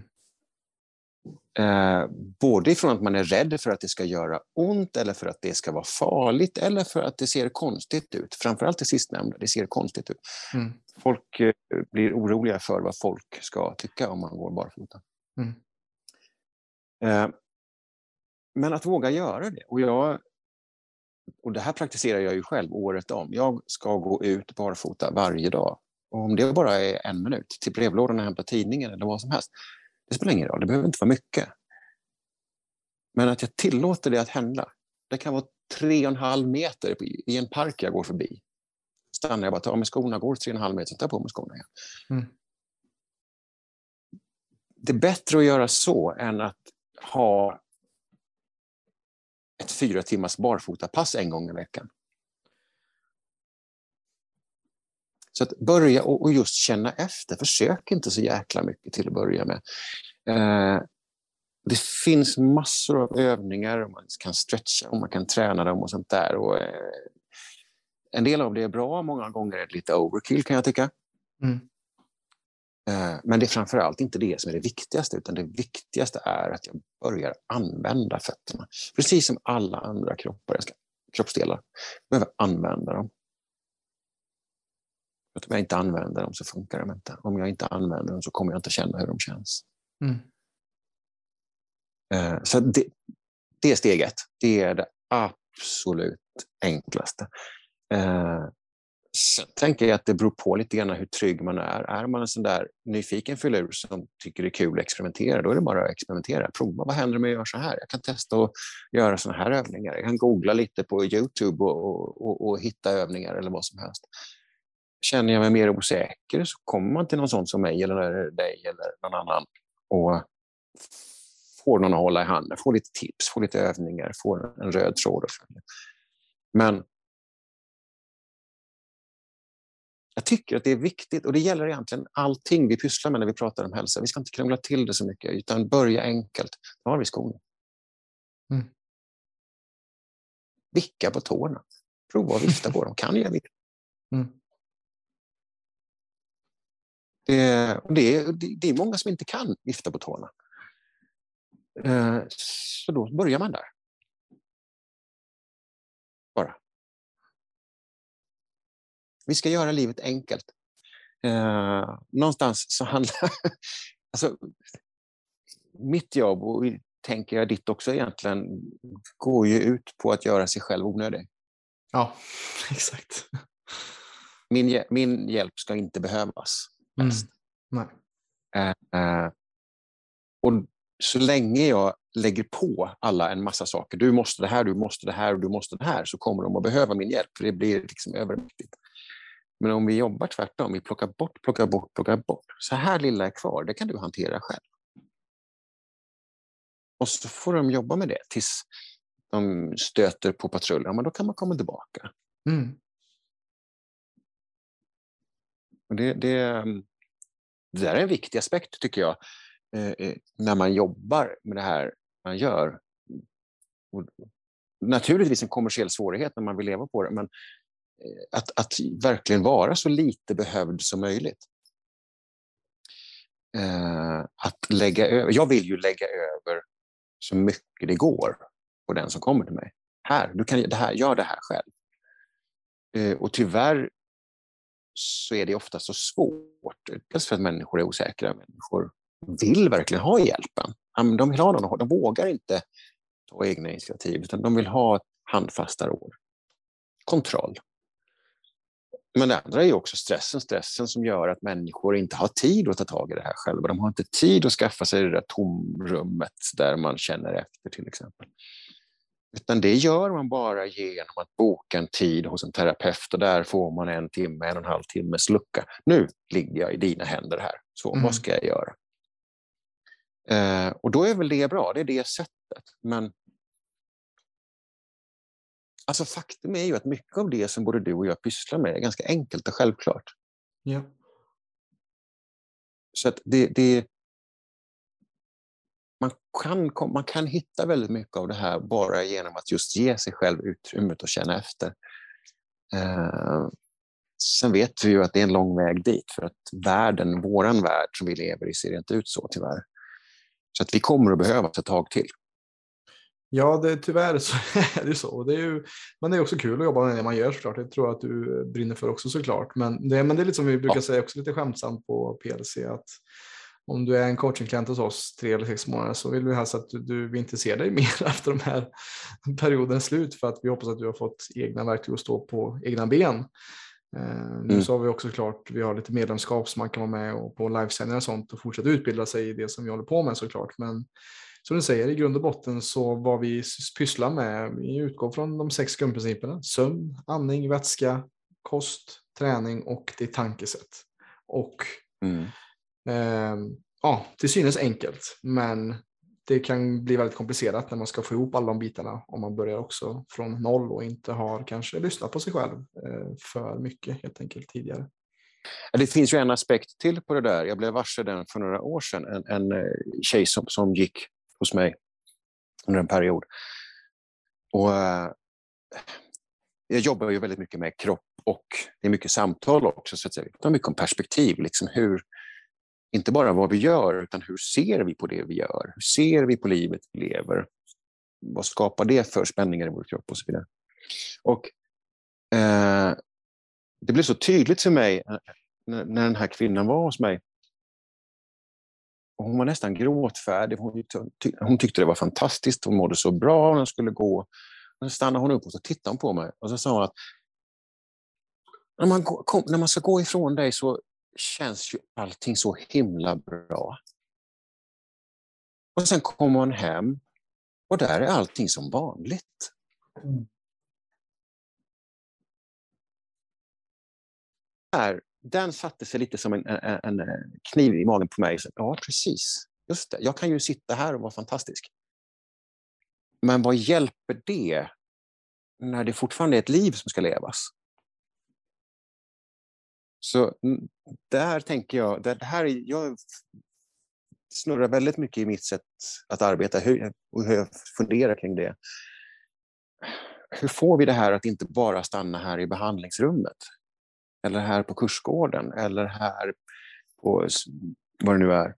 Speaker 1: Eh, både ifrån att man är rädd för att det ska göra ont eller för att det ska vara farligt eller för att det ser konstigt ut. Framförallt det sistnämnda, det ser konstigt ut. Mm. Folk eh, blir oroliga för vad folk ska tycka om man går barfota. Mm. Eh, men att våga göra det. Och, jag, och det här praktiserar jag ju själv året om. Jag ska gå ut barfota varje dag. Och om det bara är en minut till brevlådan och hämta tidningen eller vad som helst. Det spelar ingen roll, det behöver inte vara mycket. Men att jag tillåter det att hända. Det kan vara tre och en halv meter i en park jag går förbi. Stannar jag bara, tar av mig skorna, går tre och en halv meter, tar på mig skorna igen. Mm. Det är bättre att göra så än att ha ett fyra timmars barfotapass en gång i veckan. Så att börja och just känna efter. Försök inte så jäkla mycket till att börja med. Eh, det finns massor av övningar och man kan stretcha och man kan träna dem och sånt där. Och, eh, en del av det är bra, många gånger är det lite overkill kan jag tycka. Mm. Eh, men det är framförallt inte det som är det viktigaste, utan det viktigaste är att jag börjar använda fötterna. Precis som alla andra kroppar, jag ska, kroppsdelar. Jag behöver använda dem. Om jag inte använder dem så funkar de inte. Om jag inte använder dem så kommer jag inte känna hur de känns. Mm. Uh, så det, det är steget. Det är det absolut enklaste. Uh, sen tänker jag att det beror på lite grann hur trygg man är. Är man en sån där nyfiken filur som tycker det är kul att experimentera, då är det bara att experimentera. Prova, vad händer om jag gör så här? Jag kan testa att göra såna här övningar. Jag kan googla lite på YouTube och, och, och, och hitta övningar eller vad som helst. Känner jag mig mer osäker så kommer man till någon sån som mig eller dig eller någon annan och får någon att hålla i handen, får lite tips, får lite övningar, får en röd tråd att följa. Men jag tycker att det är viktigt, och det gäller egentligen allting vi pysslar med när vi pratar om hälsa. Vi ska inte krångla till det så mycket, utan börja enkelt. Då har vi skorna. Mm. Vicka på tårna. Prova att vifta på dem. Kan jag vifta? Mm. Det, det, det är många som inte kan vifta på tårna. Så då börjar man där. Bara. Vi ska göra livet enkelt. Eh, någonstans så handlar... alltså, mitt jobb, och tänker jag ditt också egentligen, går ju ut på att göra sig själv onödig.
Speaker 2: Ja, exakt.
Speaker 1: Min, min hjälp ska inte behövas.
Speaker 2: Mm. Nej.
Speaker 1: Eh, eh, och så länge jag lägger på alla en massa saker, du måste det här, du måste det här och du måste det här, så kommer de att behöva min hjälp, för det blir liksom övermäktigt. Men om vi jobbar tvärtom, vi plockar bort, plockar bort, plockar bort. Så här lilla är kvar, det kan du hantera själv. Och så får de jobba med det tills de stöter på patrull. Ja, men då kan man komma tillbaka.
Speaker 2: Mm.
Speaker 1: Och det, det, det där är en viktig aspekt, tycker jag, eh, när man jobbar med det här man gör. Och naturligtvis en kommersiell svårighet när man vill leva på det, men att, att verkligen vara så lite behövd som möjligt. Eh, att lägga över, jag vill ju lägga över så mycket det går på den som kommer till mig. Här, du kan det här, gör det här själv. Eh, och tyvärr så är det ofta så svårt. Dels för att människor är osäkra. Människor vill verkligen ha hjälpen. De vill ha någon, de vågar inte ta egna initiativ, utan de vill ha ett handfasta råd. Kontroll. Men det andra är ju också stressen. Stressen som gör att människor inte har tid att ta tag i det här själva. De har inte tid att skaffa sig det där tomrummet där man känner efter, till exempel. Utan det gör man bara genom att boka en tid hos en terapeut, och där får man en timme, en och en halv timmes lucka. Nu ligger jag i dina händer här. Så mm. vad ska jag göra? Eh, och då är väl det bra. Det är det sättet. Men alltså faktum är ju att mycket av det som både du och jag pysslar med är ganska enkelt och självklart.
Speaker 2: Ja.
Speaker 1: Så att det, det man kan, man kan hitta väldigt mycket av det här bara genom att just ge sig själv utrymmet och känna efter. Eh, sen vet vi ju att det är en lång väg dit, för att världen, våran värld som vi lever i, ser inte ut så tyvärr. Så att vi kommer att behöva ett tag till.
Speaker 2: Ja, det, tyvärr så är det så. Det är ju, men det är också kul att jobba med det man gör, såklart. Det tror jag att du brinner för också, såklart. Men det, men det är lite som vi brukar ja. säga också lite skämtsamt på P L C, att om du är en coachingklient hos oss tre eller sex månader, så vill vi helst att du, du, vi inte ser dig mer efter de här perioden slut, för att vi hoppas att du har fått egna verktyg att stå på egna ben. Uh, nu mm. så har vi också klart, vi har lite medlemskap som man kan vara med och på livesändningar och sånt och fortsätta utbilda sig i det som vi håller på med, såklart. Men som du säger, i grund och botten så vad vi pysslar med, vi utgår från de sex grundprinciperna: sömn, andning, vätska, kost, träning och det tankesätt. Och mm. eh, ja, till synes enkelt, men det kan bli väldigt komplicerat när man ska få ihop alla de bitarna om man börjar också från noll och inte har kanske lyssnat på sig själv eh, för mycket helt enkelt tidigare.
Speaker 1: Det finns ju en aspekt till på det där. Jag blev varse den för några år sedan. En, en tjej som, som gick hos mig under en period. Och uh, jag jobbar ju väldigt mycket med kropp, och det är mycket samtal också, så att säga. Vi pratar mycket om perspektiv, liksom hur, inte bara vad vi gör, utan hur ser vi på det vi gör? Hur ser vi på livet vi lever? Vad skapar det för spänningar i vår kropp och så vidare? Och uh, det blev så tydligt för mig när, när den här kvinnan var hos mig. Och hon var nästan gråtfärdig. Hon, ty- hon tyckte det var fantastiskt. Hon mådde så bra när hon skulle gå. Och så stannade hon upp och så tittade hon på mig. Och så sa hon att när man, gå, kom, när man ska gå ifrån dig så känns ju allting så himla bra. Och sen kommer man hem och där är allting som vanligt. Mm. Här, den satte sig lite som en, en, en kniv i magen på mig. Så, ja, precis. Just det. Jag kan ju sitta här och vara fantastisk. Men vad hjälper det när det fortfarande är ett liv som ska levas? Så där tänker jag, det här, jag snurrar väldigt mycket i mitt sätt att arbeta och hur jag funderar kring det. Hur får vi det här att inte bara stanna här i behandlingsrummet? Eller här på kursgården, eller här på vad det nu är.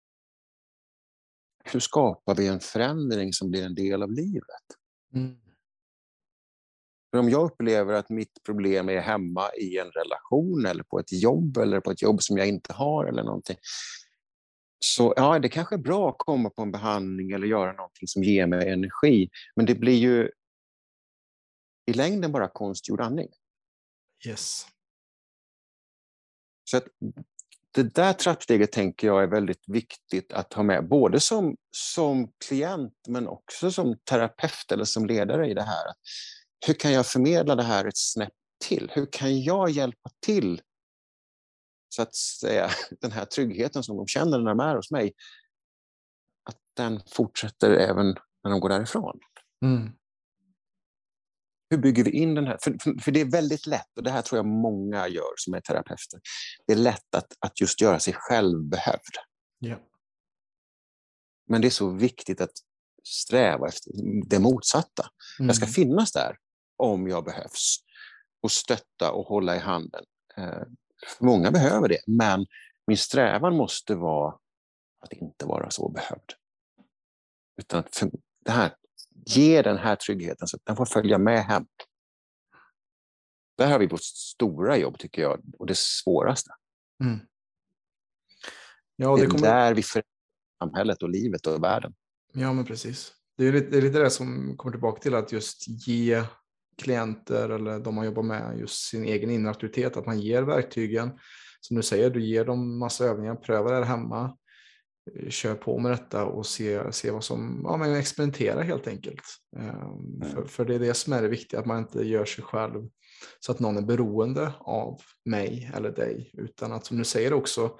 Speaker 1: Hur skapar vi en förändring som blir en del av livet? Mm. För om jag upplever att mitt problem är hemma i en relation eller på ett jobb eller på ett jobb som jag inte har eller någonting, så ja, det kanske är bra att komma på en behandling eller göra någonting som ger mig energi. Men det blir ju i längden bara konstgjord andning.
Speaker 2: Yes.
Speaker 1: Så att det där trappsteget tänker jag är väldigt viktigt att ha med, både som, som klient men också som terapeut eller som ledare i det här. Hur kan jag förmedla det här ett snäpp till? Hur kan jag hjälpa till så att säga, den här tryggheten som de känner när de är hos mig, att den fortsätter även när de går därifrån?
Speaker 2: Mm.
Speaker 1: Hur bygger vi in den här? För, för, för det är väldigt lätt, och det här tror jag många gör som är terapeuter. Det är lätt att, att just göra sig själv behövd.
Speaker 2: Yeah.
Speaker 1: Men det är så viktigt att sträva efter det motsatta.
Speaker 2: Mm.
Speaker 1: Jag ska finnas där om jag behövs och stötta och hålla i handen. Eh, många behöver det, men min strävan måste vara att inte vara så behövd. Utan att för, det här, ge den här tryggheten så att den får följa med hem. Där har vi vårt stora jobb, tycker jag, och det svåraste.
Speaker 2: Mm. Ja, det,
Speaker 1: det är
Speaker 2: kommer...
Speaker 1: där vi förändrar samhället och livet och världen.
Speaker 2: Ja, men precis. Det är lite det, är lite det som kommer tillbaka till att just ge klienter eller de man jobbar med just sin egen inre auktoritet, att man ger verktygen. Som du säger, du ger dem massa övningar, pröva det här hemma, kör på med detta och se, se vad som, ja, men experimentera helt enkelt. Um, mm. för, för det är det som är det viktiga, att man inte gör sig själv så att någon är beroende av mig eller dig, utan att, som du säger också,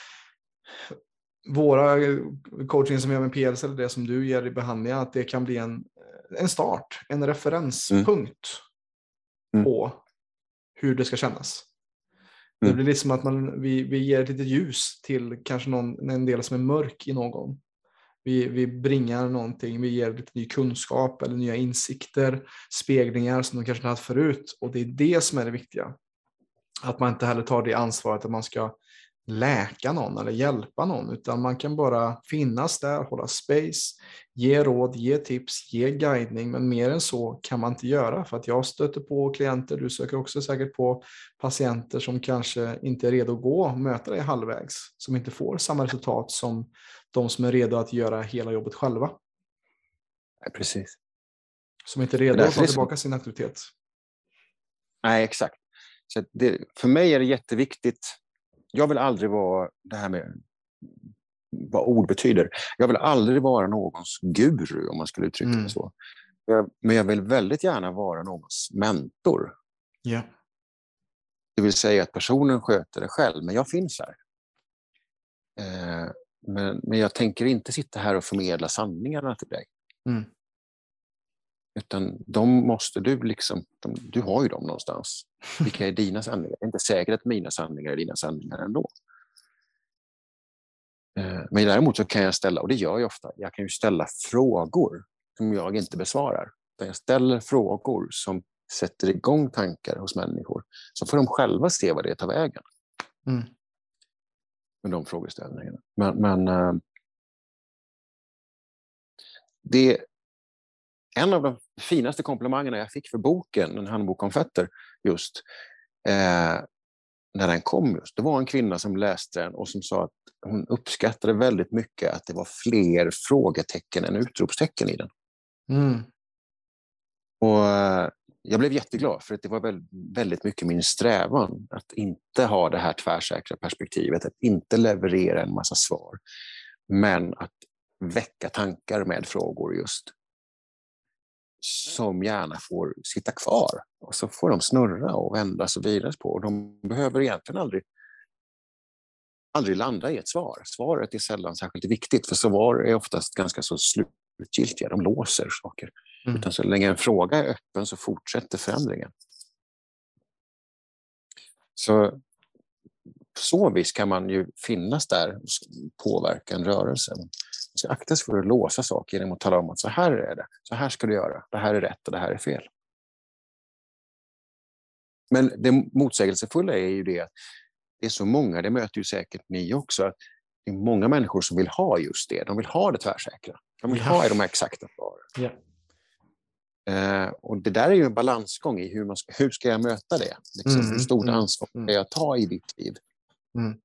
Speaker 2: våra coaching som gör med P L C eller det som du ger i behandlingar, att det kan bli en, en start, en referenspunkt mm. på hur det ska kännas. Mm. Det blir lite som att man, vi, vi ger ett litet ljus till kanske någon, en del som är mörk i någon. Vi, vi bringar någonting, vi ger lite ny kunskap eller nya insikter, speglingar som de kanske inte haft förut. Och det är det som är det viktiga. Att man inte heller tar det ansvaret att man ska läka någon eller hjälpa någon, utan man kan bara finnas där, hålla space, ge råd, ge tips, ge guidning, men mer än så kan man inte göra, för att jag stöter på klienter, du söker också säkert på patienter som kanske inte är redo att gå och möta dig halvvägs, som inte får samma resultat som de som är redo att göra hela jobbet själva.
Speaker 1: Nej, precis.
Speaker 2: Som inte är redo att ta tillbaka sin aktivitet.
Speaker 1: Nej, exakt. Så det, för mig är det jätteviktigt. Jag vill aldrig vara, det här med vad ord betyder, jag vill aldrig vara någons guru, om man skulle uttrycka det mm. så. Jag, men jag vill väldigt gärna vara någons mentor.
Speaker 2: Yeah.
Speaker 1: Det vill säga att personen sköter det själv, men jag finns här. Eh, men, men jag tänker inte sitta här och förmedla sanningarna till dig.
Speaker 2: Mm.
Speaker 1: Utan de måste du liksom, de, du har ju dem någonstans. Vilka är dina sanningar? Det är inte säkert att mina sanningar är dina sanningar ändå. Eh, men däremot så kan jag ställa, och det gör jag ofta, jag kan ju ställa frågor som jag inte besvarar. Jag ställer frågor som sätter igång tankar hos människor. Så får de själva se vad det tar vägen.
Speaker 2: Mm.
Speaker 1: Med de frågeställningarna. Men, men äh, det en av de finaste komplimangerna jag fick för boken, en handbok om fötter, just eh, när den kom just, det var en kvinna som läste den och som sa att hon uppskattade väldigt mycket att det var fler frågetecken än utropstecken i den.
Speaker 2: Mm.
Speaker 1: Och eh, jag blev jätteglad, för att det var väldigt, väldigt mycket min strävan att inte ha det här tvärsäkra perspektivet, att inte leverera en massa svar, men att väcka tankar med frågor just, som gärna får sitta kvar, och så får de snurra och vändas och vidas på, och de behöver egentligen aldrig aldrig landa i ett svar. Svaret är sällan särskilt viktigt, för svar är oftast ganska så slutgiltiga, de låser saker. Mm. Utan så länge en fråga är öppen så fortsätter förändringen. Så så vis kan man ju finnas där och påverka en rörelse. Man ska akta sig för att låsa saker genom att tala om att så här är det, så här ska du göra, det här är rätt och det här är fel. Men det motsägelsefulla är ju det att det är så många, det möter ju säkert ni också, att det är många människor som vill ha just det. De vill ha det tvärsäkra. De vill ja. ha de här exakta svaren.
Speaker 2: Ja.
Speaker 1: Eh, och det där är ju en balansgång i hur, man ska, hur ska jag möta det? Liksom,
Speaker 2: Mm,
Speaker 1: hur stort
Speaker 2: mm,
Speaker 1: ansvar ska jag ta i ditt liv?
Speaker 2: mm.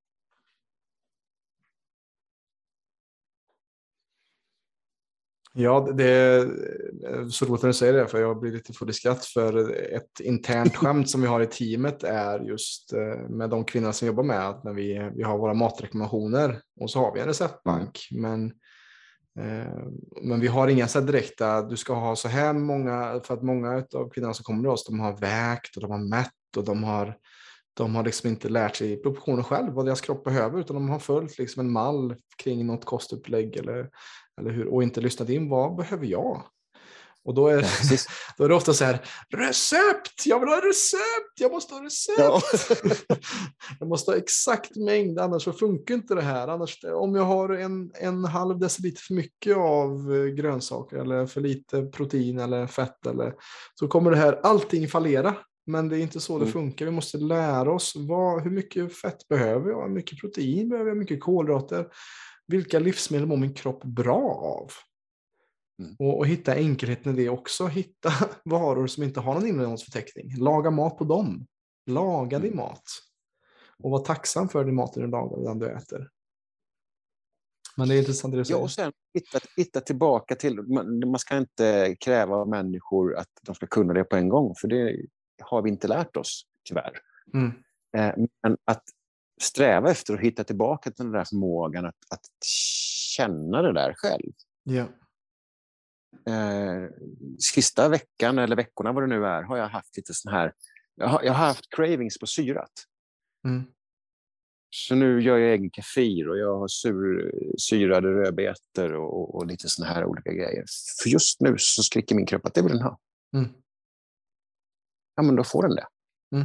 Speaker 2: Ja, det är så roligt när du säger det, för jag blir lite full i skratt, för ett internt skämt som vi har i teamet är just med de kvinnor som jobbar med att när vi, vi har våra matrekommendationer och så har vi en receptbank, mm. men, eh, men vi har inga så direkta, du ska ha så här många, för att många av kvinnorna som kommer till oss, de har vägt och de har mätt och de har De har liksom inte lärt sig proportioner själv vad deras kropp behöver, utan de har följt liksom en mall kring något kostupplägg eller, eller hur, och inte lyssnat in vad behöver jag. Och då är, ja, då är det ofta så här, recept, jag vill ha recept, jag måste ha recept. Ja. Jag måste ha exakt mängd, annars så funkar inte det här. Annars, om jag har en, en halv deciliter för mycket av grönsaker eller för lite protein eller fett, eller, så kommer det här allting fallera. Men det är inte så det funkar. Vi måste lära oss vad, hur mycket fett behöver jag, hur mycket protein behöver jag, hur mycket kolhydrater. Vilka livsmedel mår min kropp bra av? Mm. Och, och hitta enkelheten i det också. Hitta varor som inte har någon innehållsförteckning. Laga mat på dem. Laga mm. din mat. Och var tacksam för din mat du lagar och den du äter. Men det är intressant det du säger.
Speaker 1: Ja, och sen hitta, hitta tillbaka till, man, man ska inte kräva av människor att de ska kunna det på en gång, för det har vi inte lärt oss, tyvärr. Mm. Eh, men att sträva efter att hitta tillbaka till den där förmågan att, att känna det där själv.
Speaker 2: Ja.
Speaker 1: Eh, sista veckan, eller veckorna vad det nu är, har jag haft lite sån här, jag har, jag har haft cravings på syrat. Mm. Så nu gör jag egen kefir och jag har sur, syrade rödbetor och, och lite såna här olika grejer. För just nu så skriker min kropp att det vill den ha. Mm. Ja, men då får den det. Mm.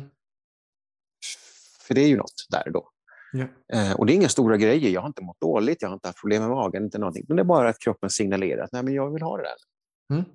Speaker 1: För det är ju något där då.
Speaker 2: Ja.
Speaker 1: Eh, och det är inga stora grejer. Jag har inte mått dåligt, jag har inte haft problem med magen, inte någonting. Men det är bara att kroppen signalerar att nej, men jag vill ha det där. Mm.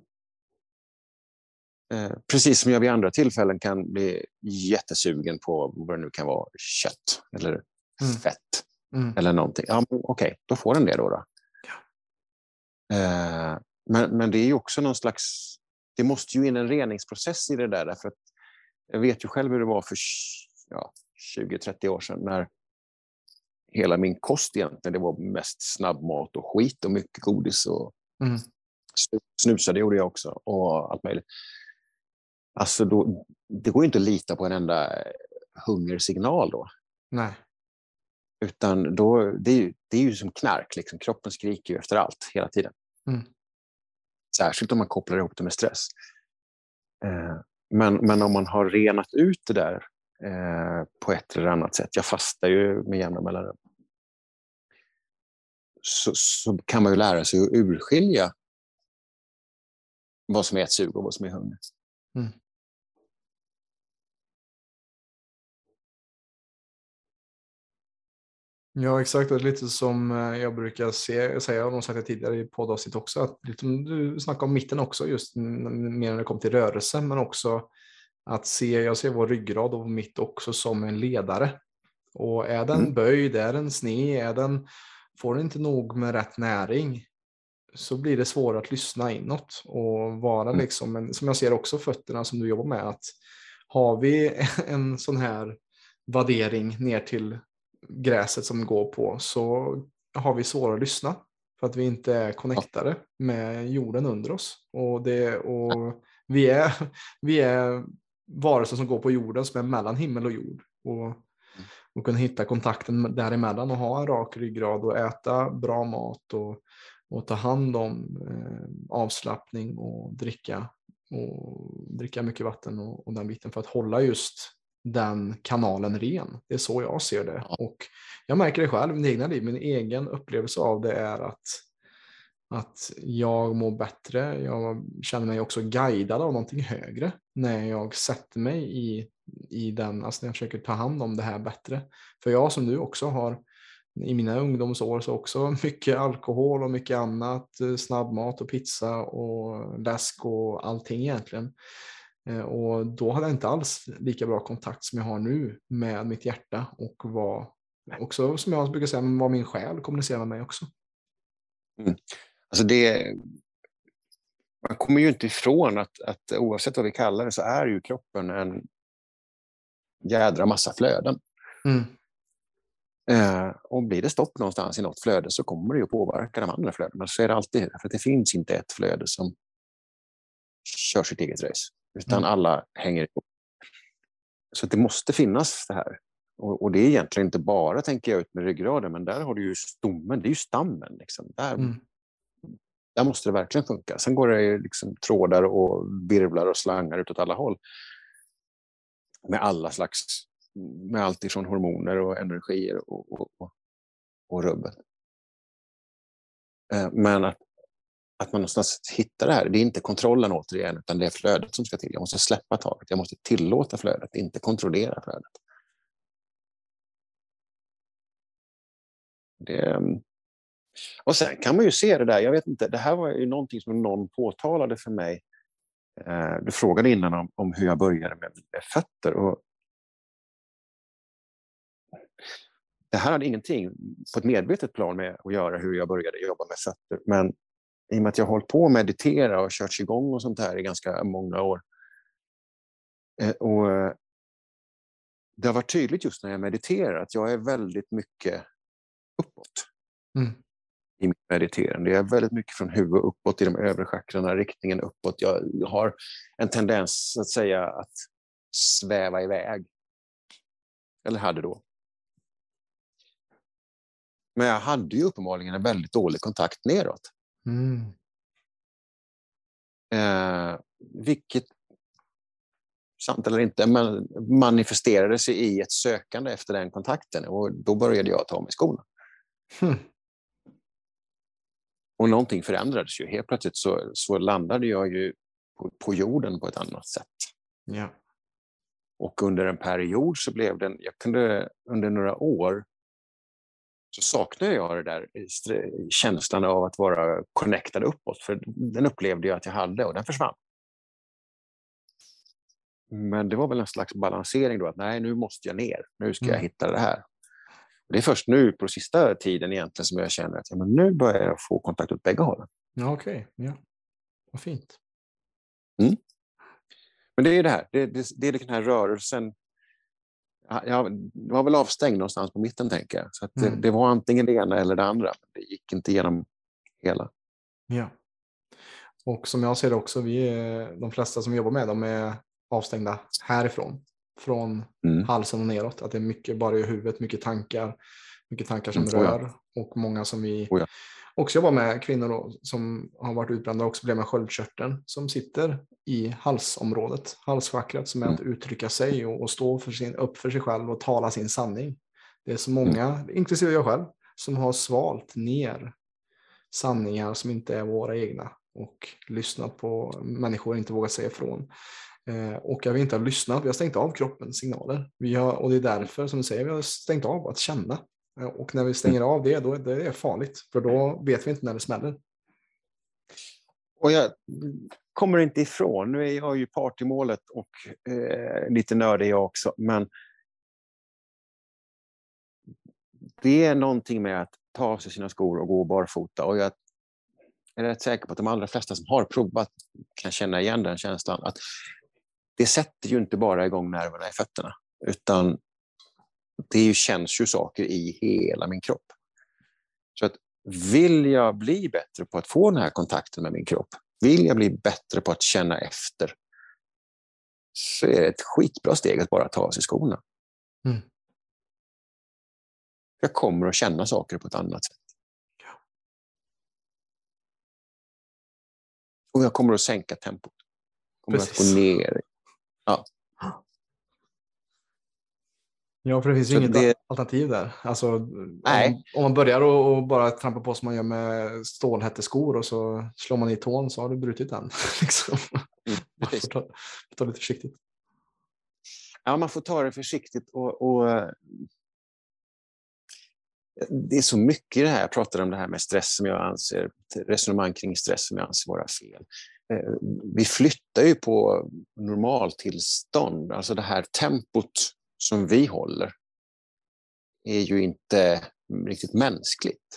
Speaker 1: Eh, precis som jag vid andra tillfällen kan bli jättesugen på vad det nu kan vara, kött eller mm. fett mm. eller någonting. Ja, okej, okay, då får den det då. då.
Speaker 2: Ja.
Speaker 1: Eh, men, men det är ju också någon slags, det måste ju in en reningsprocess i det där, därför att jag vet ju själv hur det var för ja, tjugo trettio år sedan när hela min kost egentligen, det var mest snabbmat och skit och mycket godis och mm. snusade gjorde jag också och allt möjligt. Alltså då, det går ju inte att lita på en enda hungersignal då.
Speaker 2: Nej.
Speaker 1: Utan då, det är ju, det är ju som knark, liksom. Kroppen skriker ju efter allt hela tiden. Mm. Särskilt om man kopplar ihop det med stress. Eh, men, men om man har renat ut det där eh, på ett eller annat sätt, jag fastar ju med jämna mellanrum, så, så kan man ju lära sig att urskilja vad som är ett sug och vad som är hunger. Mm.
Speaker 2: Ja, exakt. Det är lite som jag brukar se, säga, och de sagt det tidigare i poddavsnitt också, att lite, du snackar om mitten också, just mer när det kommer till rörelse, men också att se, jag ser vår ryggrad och mitt också som en ledare. Och är den mm. böjd, är den sned, är den, får den inte nog med rätt näring, så blir det svårare att lyssna inåt och vara mm. liksom, en, som jag ser också fötterna som du jobbar med, att har vi en sån här värdering ner till gräset som går på, så har vi svårare att lyssna för att vi inte är connectade med jorden under oss. Och, det, och vi, är, vi är varelser som går på jorden som är mellan himmel och jord. Och, och kunna hitta kontakten däremellan och ha en rak ryggrad och äta bra mat och, och ta hand om eh, avslappning och dricka och dricka mycket vatten och, och den biten för att hålla just den kanalen ren. Det är så jag ser det. Och jag märker det själv i min egna liv. Min egen upplevelse av det är att, att jag mår bättre. Jag känner mig också guidad av någonting högre när jag sätter mig i, i den, alltså när jag försöker ta hand om det här bättre. För jag som du också har i mina ungdomsår så också mycket alkohol och mycket annat, snabbmat och pizza och läsk och allting egentligen. Och då hade jag inte alls lika bra kontakt som jag har nu med mitt hjärta och vad också, som jag brukar säga, vad min själ kommunicerar med mig också.
Speaker 1: Mm. Alltså det, man kommer ju inte ifrån att, att oavsett vad vi kallar det så är ju kroppen en jädra massa flöden.
Speaker 2: Mm.
Speaker 1: Eh, och blir det stopp någonstans i något flöde så kommer det ju påverka de andra flödena. Så är det alltid, för att det finns inte ett flöde som kör sitt eget race, utan
Speaker 2: Mm.
Speaker 1: alla hänger ihop. Så det måste finnas det här. Och, och det är egentligen inte bara, tänker jag, ut med ryggraden, men där har du ju stommen, det är ju stammen. Liksom. Där,
Speaker 2: Mm.
Speaker 1: där måste det verkligen funka. Sen går det ju liksom trådar och virvlar och slangar ut åt alla håll. Med alla slags, med allt ifrån hormoner och energier och, och, och, och rubbet. Eh, men att, att man någonstans hittar det här, det är inte kontrollen återigen, utan det är flödet som ska till. Jag måste släppa taget, jag måste tillåta flödet, inte kontrollera flödet. Det, och sen kan man ju se det där, jag vet inte, det här var ju någonting som någon påtalade för mig. Eh, du frågade innan om, om hur jag började med, med fötter. Och det här hade ingenting på ett medvetet plan med att göra hur jag började jobba med fötter. Men i och med att jag har hållit på att meditera och kört igång och sånt här i ganska många år. Eh, och eh, det har varit tydligt just när jag mediterar att jag är väldigt mycket uppåt.
Speaker 2: Mm.
Speaker 1: I mitt mediterande. Jag är väldigt mycket från huvud uppåt i de övre chakrarna, riktningen uppåt. Jag har en tendens att säga att sväva iväg. Eller hade då. Men jag hade ju uppenbarligen en väldigt dålig kontakt neråt.
Speaker 2: Mm.
Speaker 1: Eh, vilket, sant eller inte, men manifesterade sig i ett sökande efter den kontakten. Och då började jag ta mig skorna.
Speaker 2: Mm.
Speaker 1: Och någonting förändrades ju. Helt plötsligt så, så landade jag ju på, på jorden på ett annat sätt.
Speaker 2: Ja.
Speaker 1: Och under en period så blev den, jag kunde under några år så saknade jag det där känslan av att vara connectad uppåt. För den upplevde jag att jag hade och den försvann. Men det var väl en slags balansering då att nej, nu måste jag ner. Nu ska
Speaker 2: Mm.
Speaker 1: jag hitta det här. Det är först nu på sista tiden egentligen som jag känner att ja, men nu börjar jag få kontakt åt bägge hållen.
Speaker 2: Ja, okej. Okay. Ja. Vad fint.
Speaker 1: Mm. Men det är det här. Det, det, det är den här rörelsen. Jag var väl avstängd någonstans på mitten, tänker jag. Så att det,
Speaker 2: Mm.
Speaker 1: det var antingen det ena eller det andra. Det gick inte igenom hela.
Speaker 2: Ja. Och som jag ser det också, vi är, de flesta som jobbar med dem är avstängda härifrån. Från
Speaker 1: Mm.
Speaker 2: halsen och neråt. Att det är mycket bara i huvudet, mycket tankar. Mycket tankar som
Speaker 1: Mm.
Speaker 2: rör.
Speaker 1: Oh ja.
Speaker 2: Och många som vi
Speaker 1: Oh ja.
Speaker 2: också jobbar med, kvinnor då, som har varit utbrända och också problem med sköldkörteln. Som sitter i halsområdet. Halschakrat, som är
Speaker 1: Mm.
Speaker 2: att uttrycka sig och, och stå för sin, upp för sig själv och tala sin sanning. Det är så många, mm. inklusive jag själv, som har svalt ner sanningar som inte är våra egna. Och lyssnat på människor och inte vågat säga ifrån. Eh, och jag vill inte ha lyssnat, vi har stängt av kroppens signaler. Vi har, och det är därför, som du säger, vi har stängt av att känna. Eh, och när vi stänger av det, då är det farligt. För då vet vi inte när det smäller.
Speaker 1: Och jag kommer inte ifrån, nu är jag ju part i målet och eh, lite nördig jag också, men det är någonting med att ta av sig sina skor och gå barfota. Och jag är rätt säker på att de allra flesta som har provat kan känna igen den känslan. Att det sätter ju inte bara igång nerverna i fötterna, utan det ju, känns ju saker i hela min kropp. Så att vill jag bli bättre på att få den här kontakten med min kropp, vill jag bli bättre på att känna efter, så är det ett skitbra steg att bara ta av sig skorna.
Speaker 2: Mm.
Speaker 1: Jag kommer att känna saker på ett annat sätt. Och jag kommer att sänka tempot. Kommer
Speaker 2: Precis.
Speaker 1: att gå ner. Ja.
Speaker 2: Ja, för det finns ju
Speaker 1: Så
Speaker 2: inget
Speaker 1: det...
Speaker 2: alternativ där. Alltså,
Speaker 1: Nej.
Speaker 2: Om, om man börjar och, och bara trampa på som man gör med stålhätteskor och så slår man i tån, så har du brutit den. liksom.
Speaker 1: Mm,
Speaker 2: man får ta, ta lite försiktigt.
Speaker 1: Ja, man får ta det försiktigt och, och det är så mycket i det här. Jag pratade om det här med stress som jag anser, resonemang kring stress som jag anser vara fel. Vi flyttar ju på normaltillstånd, alltså det här tempot som vi håller är ju inte riktigt mänskligt.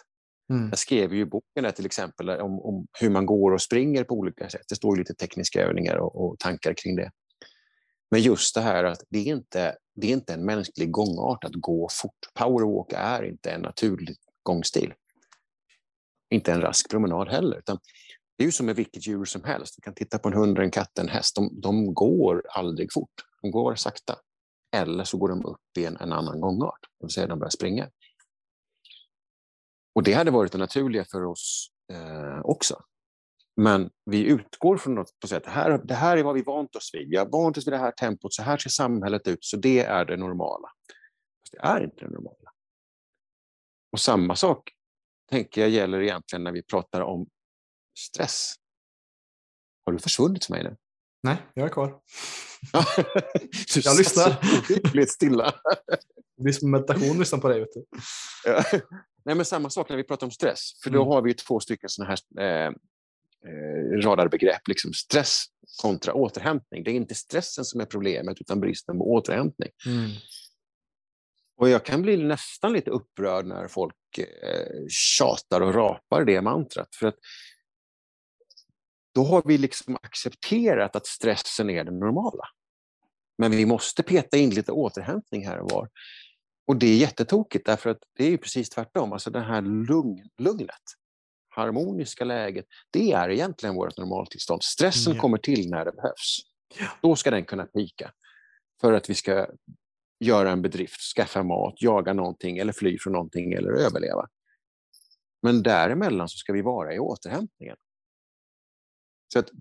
Speaker 1: Mm. Jag skrev ju i boken där, till exempel om, om hur man går och springer på olika sätt. Det står ju lite tekniska övningar och, och tankar kring det. Men just det här att det är inte, det är inte en mänsklig gångart att gå fort. Powerwalk är inte en naturlig gångstil. Inte en rask promenad heller. Utan det är ju som med vilket djur som helst. Du kan titta på en hund, en katt, en häst. De, de går aldrig fort. De går sakta. Eller så går de upp i en, en annan gångart. Det vill säga de börjar springa. Och det hade varit det naturliga för oss eh, också. Men vi utgår från något på sätt. Det här, det här är vad vi vant oss vid. Vi har vant oss vid det här tempot. Så här ser samhället ut. Så det är det normala. Fast det är inte det normala. Och samma sak tänker jag gäller egentligen när vi pratar om stress. Har du försvunnit för mig nu?
Speaker 2: Nej, jag är kvar.
Speaker 1: Du
Speaker 2: jag lyssnar.
Speaker 1: Lite stilla.
Speaker 2: Det blir som meditation att lyssna på dig. Vet du.
Speaker 1: Ja. Nej, men samma sak när vi pratar om stress. För då mm. har vi ju två stycken sådana här eh, eh, radarbegrepp. Liksom stress kontra återhämtning. Det är inte stressen som är problemet utan bristen på återhämtning. Mm. Och jag kan bli nästan lite upprörd när folk eh, tjatar och rapar det mantrat. För att då har vi liksom accepterat att stressen är det normala. Men vi måste peta in lite återhämtning här och var. Och det är jättetokigt därför att det är ju precis tvärtom. Alltså det här lugn, lugnet, harmoniska läget, det är egentligen vårt normaltillstånd. Stressen mm. kommer till när det behövs. Ja. Då ska den kunna pika. För att vi ska göra en bedrift, skaffa mat, jaga någonting eller fly från någonting eller överleva. Men däremellan så ska vi vara i återhämtningen. Så att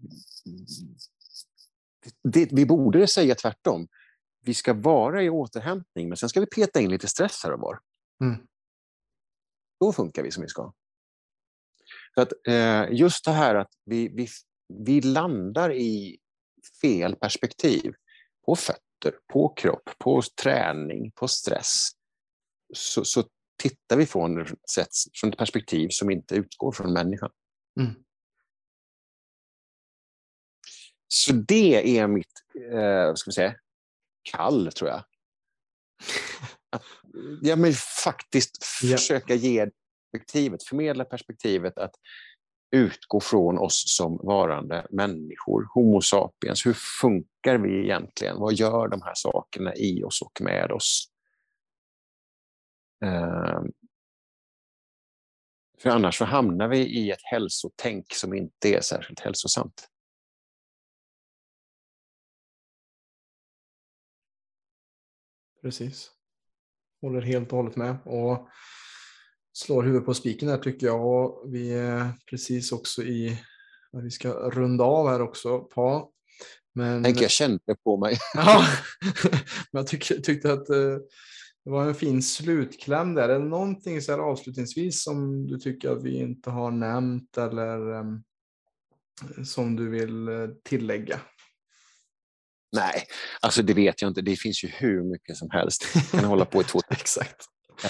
Speaker 1: det, vi borde säga tvärtom. Vi ska vara i återhämtning men sen ska vi peta in lite stress här och var. Mm. Då funkar vi som vi ska. Så att, eh, just det här att vi, vi, vi landar i fel perspektiv på fötter, på kropp, på träning, på stress. Så, så tittar vi från ett, från ett perspektiv som inte utgår från människan. Mm. Så det är mitt eh, vad ska vi säga, kall, tror jag. Att, ja, men faktiskt
Speaker 2: ja.
Speaker 1: försöka ge perspektivet, förmedla perspektivet att utgå från oss som varande människor, homo sapiens. Hur funkar vi egentligen? Vad gör de här sakerna i oss och med oss? Eh, för annars så hamnar vi i ett hälsotänk som inte är särskilt hälsosamt.
Speaker 2: Precis. Håller helt och hållet med. Och slår huvudet på spiken här tycker jag. Och vi är precis också i... Vi ska runda av här också. På. Men...
Speaker 1: Tänk, jag kände på mig.
Speaker 2: Ja, men jag tyck, tyckte att eh, det var en fin slutkläm där. Är det någonting så här avslutningsvis som du tycker att vi inte har nämnt eller eh, som du vill eh, tillägga?
Speaker 1: Nej, alltså det vet jag inte. Det finns ju hur mycket som helst. Jag kan hålla på i två timmar.
Speaker 2: Exakt.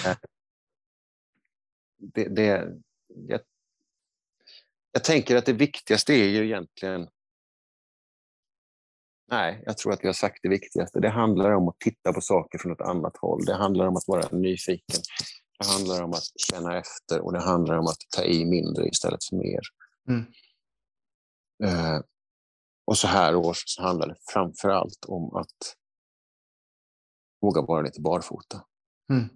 Speaker 1: Det, det, jag, jag tänker att det viktigaste är ju egentligen... Nej, jag tror att vi har sagt det viktigaste. Det handlar om att titta på saker från ett annat håll. Det handlar om att vara nyfiken. Det handlar om att känna efter och det handlar om att ta i mindre istället för mer. Mm. Uh, Och så här års så handlar det framför allt om att våga vara lite barfota.
Speaker 2: Mm.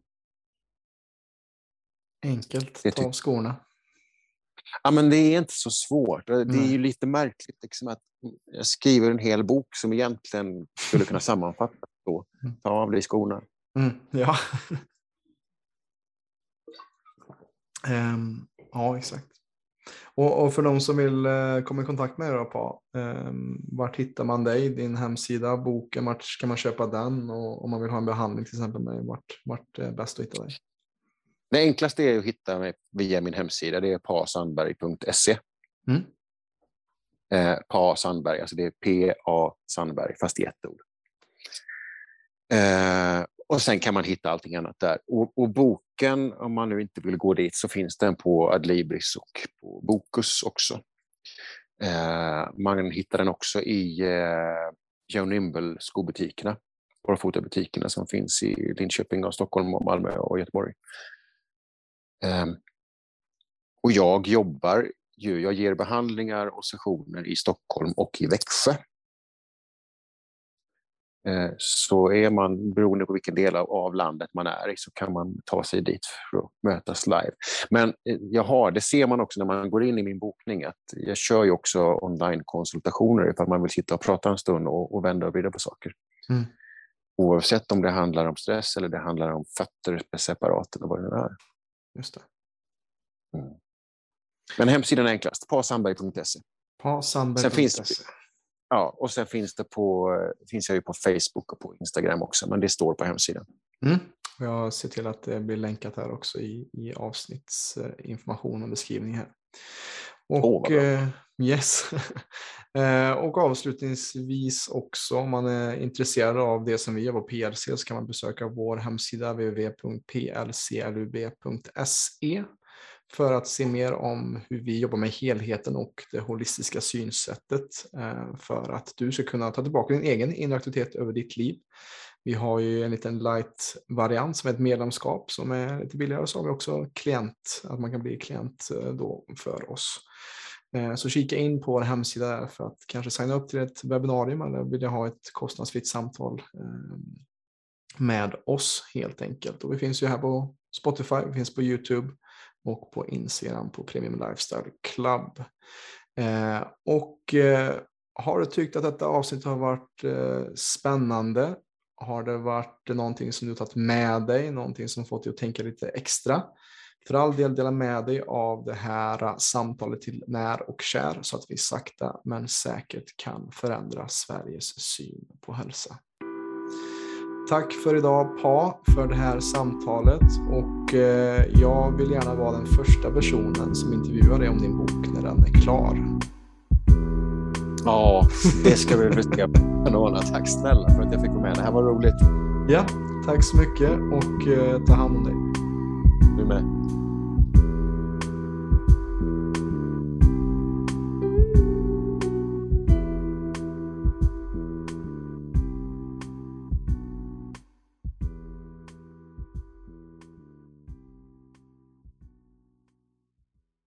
Speaker 2: Enkelt, ta av skorna.
Speaker 1: Ja, men det är inte så svårt. Det Nej. är ju lite märkligt liksom, att jag skriver en hel bok som egentligen skulle kunna sammanfattas så. Ta av dig skorna.
Speaker 2: Mm. Ja. um, ja, exakt. Och, och för de som vill eh, komma i kontakt med dig på, eh, vart hittar man dig, din hemsida, boken, vart ska man köpa den och om man vill ha en behandling till exempel med vart, vart är bäst att hitta dig?
Speaker 1: Det enklaste är att hitta mig via min hemsida, det är pasandberg punkt se. Mm. Eh, Pa Sandberg, alltså det är P A Sandberg fast i ett ord. Eh, och sen kan man hitta allting annat där. Och, och boken, om man nu inte vill gå dit, så finns den på Adlibris och på Bokus också. Eh, man hittar den också i eh, Joe Nimble skobutikerna, barfota-butikerna som finns i Linköping och Stockholm och Malmö och Göteborg. Eh, Och jag jobbar ju, jag ger behandlingar och sessioner i Stockholm och i Växjö. Så är man, beroende på vilken del av landet man är i, så kan man ta sig dit för att mötas live. Men jag har, det ser man också när man går in i min bokning, att jag kör ju också online-konsultationer ifall man vill sitta och prata en stund och, och vända och vrida på saker. Mm. Oavsett om det handlar om stress eller det handlar om fötter separat eller vad det nu är.
Speaker 2: Just det.
Speaker 1: Mm. Men hemsidan är enklast, pasandberg punkt se.
Speaker 2: pasandberg punkt se.
Speaker 1: Ja, och sen finns det på, finns jag ju på Facebook och på Instagram också, men det står på hemsidan.
Speaker 2: Mm. Jag ser till att det blir länkat här också i, i avsnittsinformation och beskrivning här. Och, oh, eh, yes. Och avslutningsvis också, om man är intresserad av det som vi gör på P L C, så kan man besöka vår hemsida w w w punkt p l c l u b punkt s e för att se mer om hur vi jobbar med helheten och det holistiska synsättet, för att du ska kunna ta tillbaka din egen inre auktoritet över ditt liv. Vi har ju en liten light-variant som är ett medlemskap som är lite billigare, så har vi också klient, att man kan bli klient då för oss. Så kika in på vår hemsida för att kanske signa upp till ett webbinarium eller vill ha ett kostnadsfritt samtal med oss helt enkelt. Och vi finns ju här på Spotify, vi finns på YouTube och på Instagram på Premium Lifestyle Club. Eh, och eh, har du tyckt att detta avsnitt har varit eh, spännande? Har det varit någonting som du tagit med dig? Någonting som fått dig att tänka lite extra? För all del, dela med dig av det här samtalet till när och kär, så att vi sakta men säkert kan förändra Sveriges syn på hälsa. Tack för idag, Pa, för det här samtalet, och eh, jag vill gärna vara den första personen som intervjuar dig om din bok när den är klar.
Speaker 1: Ja, det ska vi försöka ordna. Tack snälla för att jag fick vara med. Det här var roligt.
Speaker 2: Ja, tack så mycket, och eh, ta hand om dig.
Speaker 1: Du med.